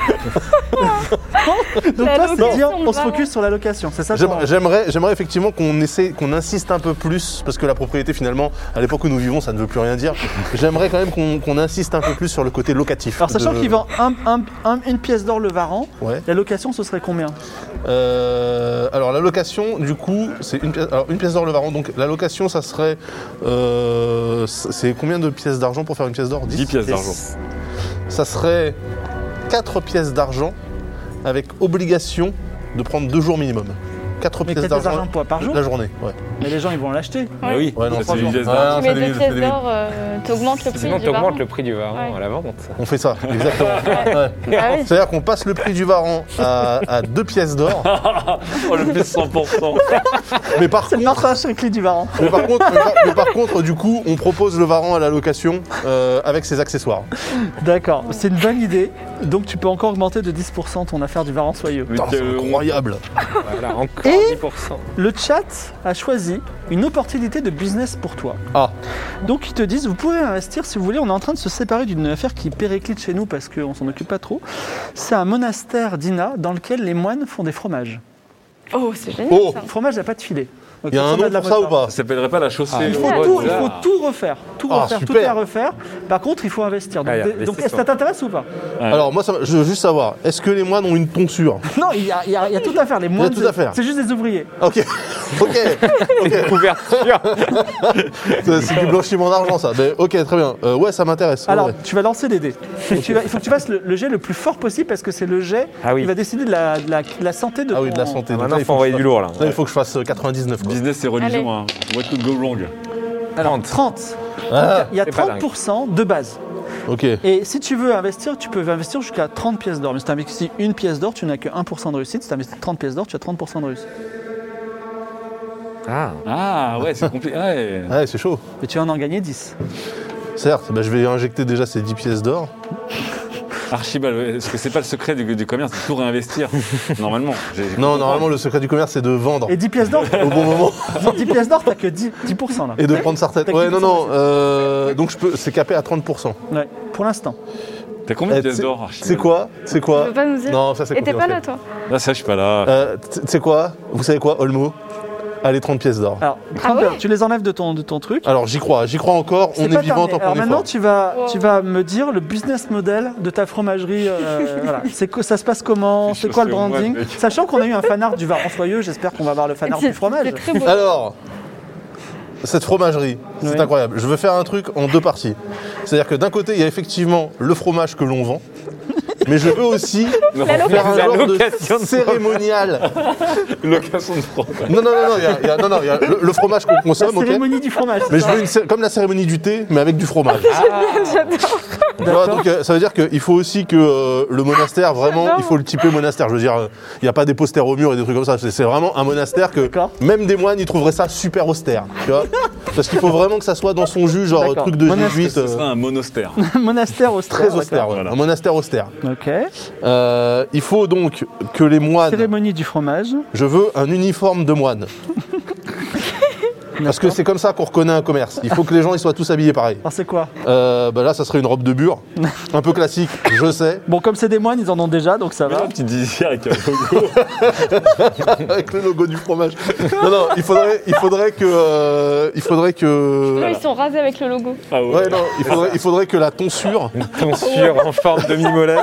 Donc La toi, c'est dire, location de on se varan. focus sur la location, c'est ça? J'aimerais effectivement qu'on insiste un peu plus, parce que la propriété, finalement, à l'époque où nous vivons, ça ne veut plus rien dire. J'aimerais quand même qu'on insiste un peu plus sur le côté locatif. Alors sachant qu'il vend une pièce d'or le varan, Ouais. la location, ce serait combien? Alors la location, du coup, c'est une pièce d'or le varan. Donc la location, ça serait... c'est combien de pièces d'argent pour faire une pièce d'or? 10 pièces d'argent. Ça serait 4 pièces d'argent avec obligation de prendre 2 jours minimum. 4 Mais pièces 4 pièces d'argent d'argent par jour? la journée. Ouais. Mais les gens, ils vont l'acheter. Ah oui, Ouais, non, ça, pas c'est une bon. pièce Ouais, d'argent. non, Tu c'est mets des- 2 c'est pièces des- d'or, t'augmentes le prix Sinon, du tu augmentes varan. le prix du varan Ouais. à la vente. On fait ça, exactement. Ouais. Ah oui. C'est-à-dire qu'on passe le prix du varan à 2 pièces d'or, Oh, le plus 100%. mais par C'est le contre, marchage avec les du varan. mais par contre, du coup, on propose le varan à la location avec ses accessoires. D'accord, c'est une bonne idée. Donc tu peux encore augmenter de 10% ton affaire du varan soyeux. Mais Putain, c'est quel- incroyable. Voilà, encore Et 10%. le chat a choisi une opportunité de business pour toi. Ah, Donc ils te disent, vous pouvez investir si vous voulez. On est en train de se séparer d'une affaire qui périclite chez nous parce qu'on s'en occupe pas trop. C'est un monastère d'Ina dans lequel les moines font des fromages. Oh, c'est génial Oh. ça. Le fromage n'a pas de filet. Donc, Il y a un ça, nom de la pour ça ou mozza. pas? Ça s'appellerait pas la chaussée Il faut tout refaire. Tout Ah, refaire, tout super. est à refaire. Par contre, il faut investir. Donc, Ah, donc, investissement. est-ce que ça t'intéresse ou pas? Alors moi, je veux juste savoir, est-ce que les moines ont une tonsure? Non, il y a tout à faire. Les moines, tout à faire. c'est juste des ouvriers. Ok, ok, Couverture. c'est du blanchiment d'argent ça. Mais ok, très bien. Ouais, ça m'intéresse. Alors, ouais. tu vas lancer des dés. Il faut que tu fasses le jet le plus fort possible parce que c'est le jet Ah oui. qui va décider de la santé de Ah oui, de la ton- santé. Ah, Donc maintenant, là, il faut envoyer du lourd là. Là, il faut que je fasse 99. Quoi. Business, c'est religion. Hein. What could go wrong? Alors, 30. Ah, Il y a c'est pas 30% de base. ok. Et si tu veux investir, tu peux investir jusqu'à 30 pièces d'or. Mais si tu investis une pièce d'or, tu n'as que 1% de réussite. Si tu investis 30 pièces d'or, tu as 30% de réussite. Ah. Ah ouais, c'est compliqué. Ouais. Ouais, c'est chaud. Et tu vas en gagner 10. Certes, bah, je vais injecter déjà ces 10 pièces d'or. Archibald, est-ce que c'est pas le secret du commerce de tout réinvestir? Normalement. Non, normalement, le secret du commerce, c'est de vendre Et 10 pièces d'or, au bon moment 10 pièces d'or, t'as que 10% là. et de prendre sa retraite. T'as Ouais, que non, 10% non. Donc, c'est capé à 30%. Ouais, pour l'instant. T'as combien de Eh, pièces c'est- d'or, Archibald? C'est quoi? C'est Tu quoi? peux pas nous dire? Non, ça c'est Et t'es pas là, confidentiel. toi? Là, ça, je suis pas là. C'est quoi? Vous savez quoi, Olmo? Allez, 30 pièces d'or. Alors, 30 ouais tu les enlèves de ton truc. Alors, j'y crois encore. C'est On est pas vivant terminé. tant qu'on Alors est maintenant, fort. tu vas me dire le business model de ta fromagerie. Voilà. Ça se passe comment? C'est quoi le chaussé au moine, branding? mec. Sachant qu'on a eu un fanart du Varan-Soyeux, j'espère qu'on va avoir le fanart du fromage. C'est très beau. Alors, cette fromagerie, c'est Oui. incroyable. Je veux faire un truc en deux parties. C'est-à-dire que d'un côté, il y a effectivement le fromage que l'on vend, mais je veux aussi faire un La genre location de de cérémonial. Location de fromage. Non, il y a le fromage qu'on La consomme, ok. cérémonie du fromage. Mais je veux comme la cérémonie du thé, mais avec du fromage. Tu vois, donc, ça veut dire qu'il faut aussi que le monastère, vraiment, il faut le typer monastère. Je veux dire, il n'y a pas des posters au mur et des trucs comme ça. C'est vraiment un monastère que D'accord. même des moines, ils trouveraient ça super austère. Tu vois, parce qu'il faut vraiment que ça soit dans son jus, genre D'accord. truc de Monastère, jésuite. Ce sera un monastère. Monastère austère. Très austère, d'accord. ouais. Un monastère austère. Ok. Il faut donc que les moines. Cérémonie du fromage. Je veux un uniforme de moine. Parce que c'est comme ça qu'on reconnaît un commerce. Il faut que les gens ils soient tous habillés pareil. Alors c'est quoi? Bah là, ça serait une robe de bure. Un peu classique, je sais. Bon, comme c'est des moines, ils en ont déjà, donc ça Mais va. là, tu dis avec un logo. Avec le logo du fromage. Non, il faudrait que. Eux, ils sont rasés avec le logo. Ah ouais. Ouais, non, il faudrait que la tonsure, Tonsure en forme de mimolette.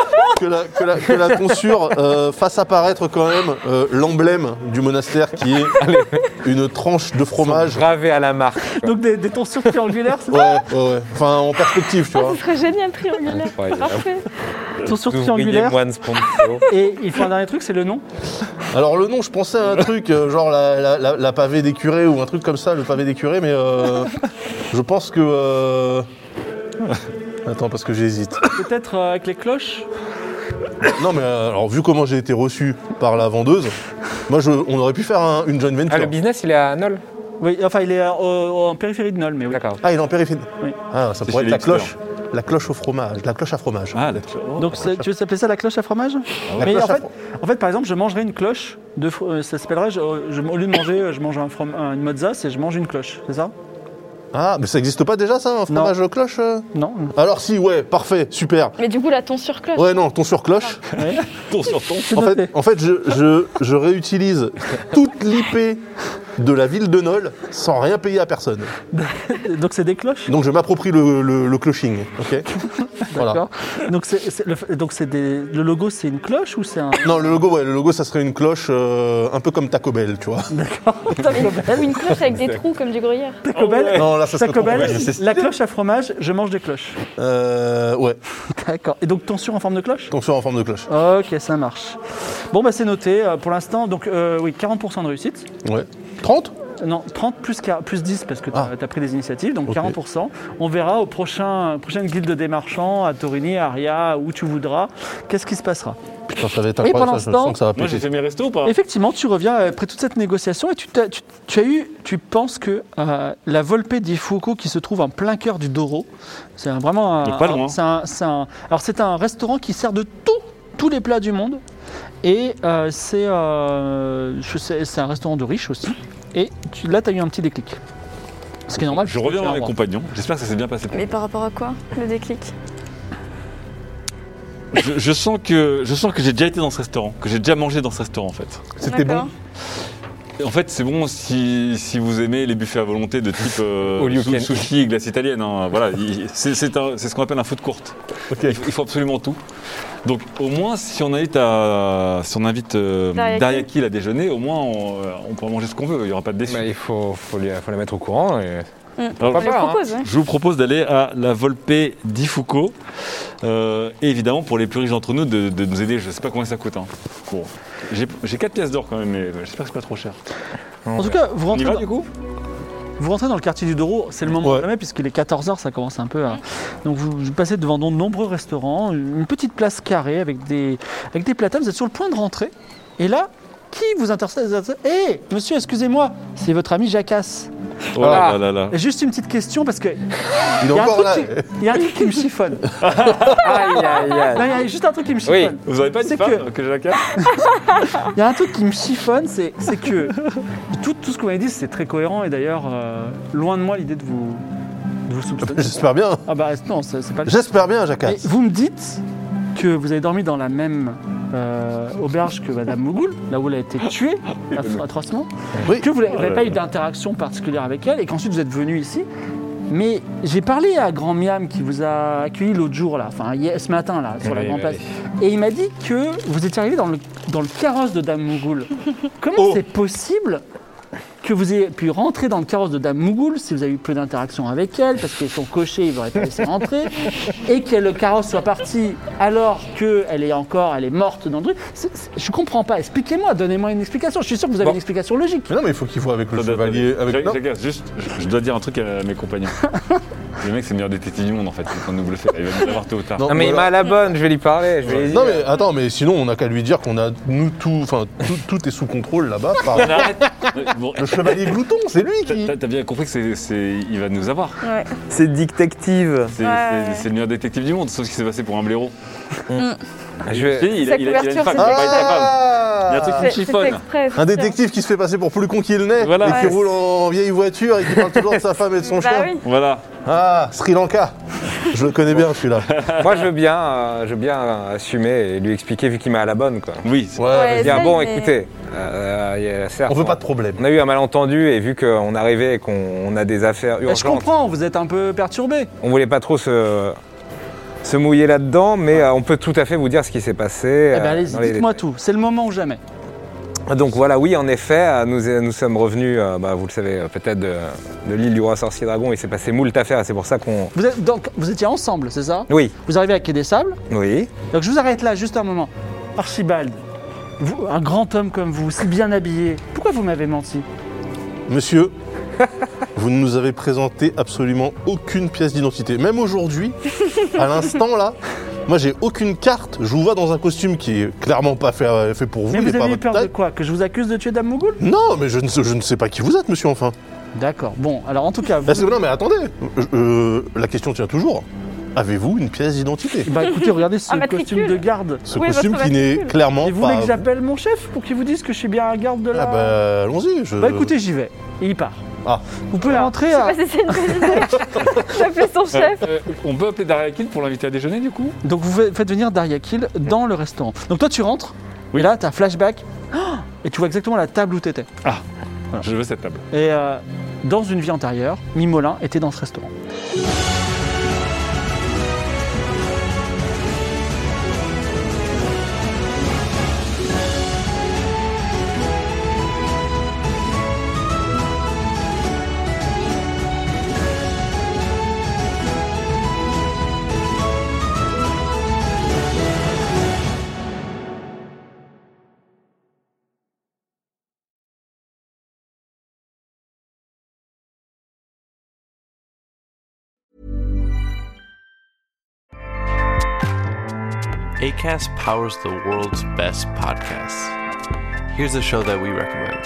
que la tonsure fasse apparaître quand même l'emblème du monastère qui est une tranche de fromage. Gravé à la marque. Donc des tonsures triangulaires, c'est ça? Ouais. Enfin, en perspective, tu Ah, vois. ce serait génial, triangulaire. Incroyable. Parfait. Tonsures Ouvrier triangulaires. moine sponsor. Et il faut un dernier truc, c'est le nom. Alors, le nom, je pensais à un truc, genre la pavée des curés ou un truc comme ça, le pavé des curés, mais je pense que. Attends, parce que j'hésite. Peut-être avec les cloches. Non, mais alors, vu comment j'ai été reçu par la vendeuse, moi, on aurait pu faire une joint venture. Ah, le business, il est à Nol. Oui, enfin il est en périphérie de Nol, mais oui. D'accord. Ah, il est en périphérie. Oui. Ah, ça C'est pourrait chez être la les hipsters. cloche. La cloche au fromage. La cloche à fromage. Ah, d'accord. Donc tu veux s'appeler ça la cloche à fromage? La Mais cloche à en fait, par exemple, je mangerais une cloche. Ça s'appellerait, au lieu de manger, je mange une mozza, c'est je mange une cloche, c'est ça? Ah, mais ça n'existe pas déjà, ça, un fromage cloche Non. Alors, si, ouais, parfait, super. Mais du coup, la tonsure cloche. Ouais, non, ton sur cloche. Ouais. Ton sur ton. C'est En noté. fait, je réutilise toute l'IP de la ville de Nol sans rien payer à personne. Donc c'est des cloches. Donc, je m'approprie le cloching, ok. Voilà. D'accord. Donc le logo, c'est une cloche ou c'est un Non, le logo, ça serait une cloche un peu comme Taco Bell, tu vois. Ou une cloche avec des trous comme du gruyère. Taco Bell? Non, là, ça serait Taco trop Bell, compliqué. la cloche à fromage, je mange des cloches. Ouais, D'accord. Et donc tonsure en forme de cloche? ton en forme de cloche. Ok, ça marche. Bon, bah c'est noté. Pour l'instant, donc oui, 40% de réussite. Ouais. 30 Non, 30 plus 10 parce que tu Ah. as pris des initiatives, donc Ok. 40%. On verra au prochaine guilde des marchands, à Torini, à Aria, où tu voudras, qu'est-ce qui se passera. Putain, ça va être Et pour incroyable, ça, je l'instant- sens que ça va Moi, j'ai péter. fait mes restos ou pas? Effectivement, tu reviens après toute cette négociation et tu penses que la Volpe di Fuoco qui se trouve en plein cœur du Doro, c'est vraiment Donc pas loin. c'est un restaurant qui sert de tous les plats du monde et c'est un restaurant de riches aussi. Et là, tu as eu un petit déclic. Ce qui est normal. Je puisque reviens tu es dans un mes roi. compagnons. J'espère que ça s'est bien passé pour Mais par rapport à quoi, le déclic? Je sens que j'ai déjà été dans ce restaurant, que j'ai déjà mangé dans ce restaurant en fait. C'était bon. En fait, c'est bon si vous aimez les buffets à volonté de type sushi, glace italienne. Hein, voilà, c'est ce qu'on appelle un food court. Okay. Il faut absolument tout. Donc, au moins, si on invite Daryakil à déjeuner, au moins, on peut manger ce qu'on veut. Il n'y aura pas de déçus. Il faut la mettre au courant. Alors, je vous propose d'aller à la Volpe di Fuco. Et évidemment, pour les plus riches d'entre nous, de nous aider. Je ne sais pas combien ça coûte. Hein. Bon. J'ai 4 pièces d'or quand même, mais j'espère que c'est pas trop cher. En tout cas, vous rentrez du coup ? Vous rentrez dans le quartier du Douro, c'est le moment jamais puisqu'il est 14h, ça commence un peu à... Donc vous passez devant de nombreux restaurants, une petite place carrée avec des platanes, vous êtes sur le point de rentrer. Et là, qui vous intercède ? Hé, monsieur, excusez-moi, c'est votre ami Jacasse. Oh là là là. Juste une petite question parce que il y a un truc qui me chiffonne. Il y a juste un truc qui me chiffonne. Vous n'avez pas dit que Jacasse ? Il y a un truc qui me chiffonne, c'est que tout ce que vous m'avez dit, c'est très cohérent et d'ailleurs, loin de moi l'idée de vous soupçonner. J'espère bien. Ah bah non, c'est pas le cas. J'espère bien, Jacasse. Mais vous me dites que vous avez dormi dans la même auberge que Madame Mougoul, là où elle a été tuée atrocement, que vous n'avez pas eu d'interaction particulière avec elle et qu'ensuite vous êtes venu ici. Mais j'ai parlé à Grand Miam qui vous a accueilli l'autre jour, là, enfin ce matin, là, sur la Grande Place. Et il m'a dit que vous étiez arrivé dans le carrosse de Dame Mougoul. Comment c'est possible que vous ayez pu rentrer dans le carrosse de Dame Mougoul si vous avez eu peu d'interaction avec elle, parce que son cocher, il ne vous aurait pas laissé rentrer, et que le carrosse soit parti alors qu'elle est morte dans le truc. Je ne comprends pas. Expliquez-moi, donnez-moi une explication. Je suis sûr que vous avez une explication logique. Mais non, mais il faut qu'il voit avec le chevalier. Juste, je dois dire un truc à mes compagnons. Le mec, c'est le meilleur détective du monde en fait. Il nous bluffer. Il va nous avoir tôt ou tard. Non, mais il m'a à la bonne, je vais lui parler. Non, mais attends, mais sinon, on n'a qu'à lui dire qu'on a, tout est sous contrôle là-bas. Le chevalier glouton, c'est lui qui. T'as bien compris que il va nous avoir. Ouais. C'est détective. C'est le meilleur détective du monde, sauf ce qui s'est passé pour un blaireau. Il a une femme, il y a un truc qui me chiffonne. Un détective qui se fait passer pour plus con qu'il n'est, et qui roule en vieille voiture et qui parle toujours de sa femme et de son chien. Oui. Voilà. Ah, Sri Lanka. Je le connais bien celui-là. Moi, je veux bien assumer et lui expliquer vu qu'il m'a à la bonne, quoi. Oui. Écoutez, certes, on veut pas de problème. On a eu un malentendu et vu qu'on arrivait et qu'on a des affaires urgentes. Je comprends, vous êtes un peu perturbé. On voulait pas trop se mouiller là-dedans, mais on peut tout à fait vous dire ce qui s'est passé. Allez-y, dites-moi tout. C'est le moment ou jamais. Donc voilà, oui, en effet, nous sommes revenus, vous le savez, peut-être de l'île du roi sorcier dragon. Il s'est passé moult affaires et c'est pour ça qu'on... Vous étiez ensemble, c'est ça ? Oui. Vous arrivez à Quai des Sables ? Oui. Donc je vous arrête là, juste un moment. Archibald, vous, un grand homme comme vous, si bien habillé, pourquoi vous m'avez menti ? Monsieur, vous ne nous avez présenté absolument aucune pièce d'identité. Même aujourd'hui, à l'instant là, moi j'ai aucune carte. Je vous vois dans un costume qui est clairement pas fait pour vous. Mais vous avez eu peur de quoi ? Que je vous accuse de tuer Dame Mougoul ? Non, mais je ne sais pas qui vous êtes, monsieur, enfin. D'accord. Bon, alors en tout cas... Non, mais attendez. La question tient toujours. Avez-vous une pièce d'identité ? Bah écoutez, regardez ce costume de garde. Ce costume qui n'est clairement pas... Et vous voulez que j'appelle mon chef pour qu'il vous dise que je suis bien un garde de la... Ah bah allons-y. Bah écoutez, j'y vais. Et il part. Ah. Vous pouvez rentrer à... Je sais pas si c'est une bonne idée. J'appelle son chef. On peut appeler Daryakil pour l'inviter à déjeuner du coup ? Donc vous faites venir Daryakil dans le restaurant. Donc toi tu rentres, et là t'as un flashback, et tu vois exactement la table où t'étais. Ah, voilà. Je veux cette table. Et dans une vie antérieure, Mimolin était dans ce restaurant. Acast powers the world's best podcasts. Here's a show that we recommend.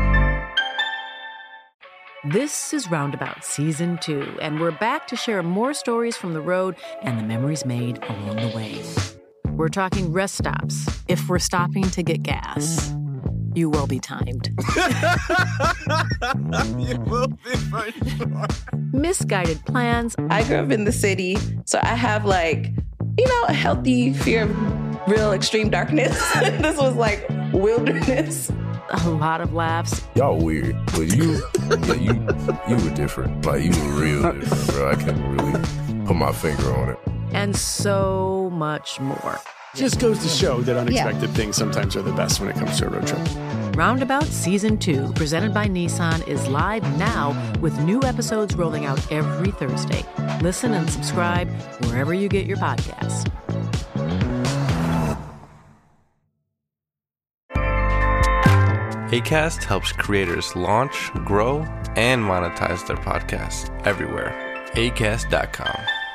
This is Roundabout Season 2, and we're back to share more stories from the road and the memories made along the way. We're talking rest stops, if we're stopping to get gas. You will be timed. You will be for sure. Misguided plans. I grew up in the city, so I have a healthy fear of real extreme darkness. This was like wilderness. A lot of laughs. Y'all weird, but you were different. Like, you were real different, bro. I can't really put my finger on it. And so much more. Just goes to show that unexpected things sometimes are the best when it comes to a road trip. Roundabout Season 2, presented by Nissan, is live now with new episodes rolling out every Thursday. Listen and subscribe wherever you get your podcasts. Acast helps creators launch, grow, and monetize their podcasts everywhere. Acast.com.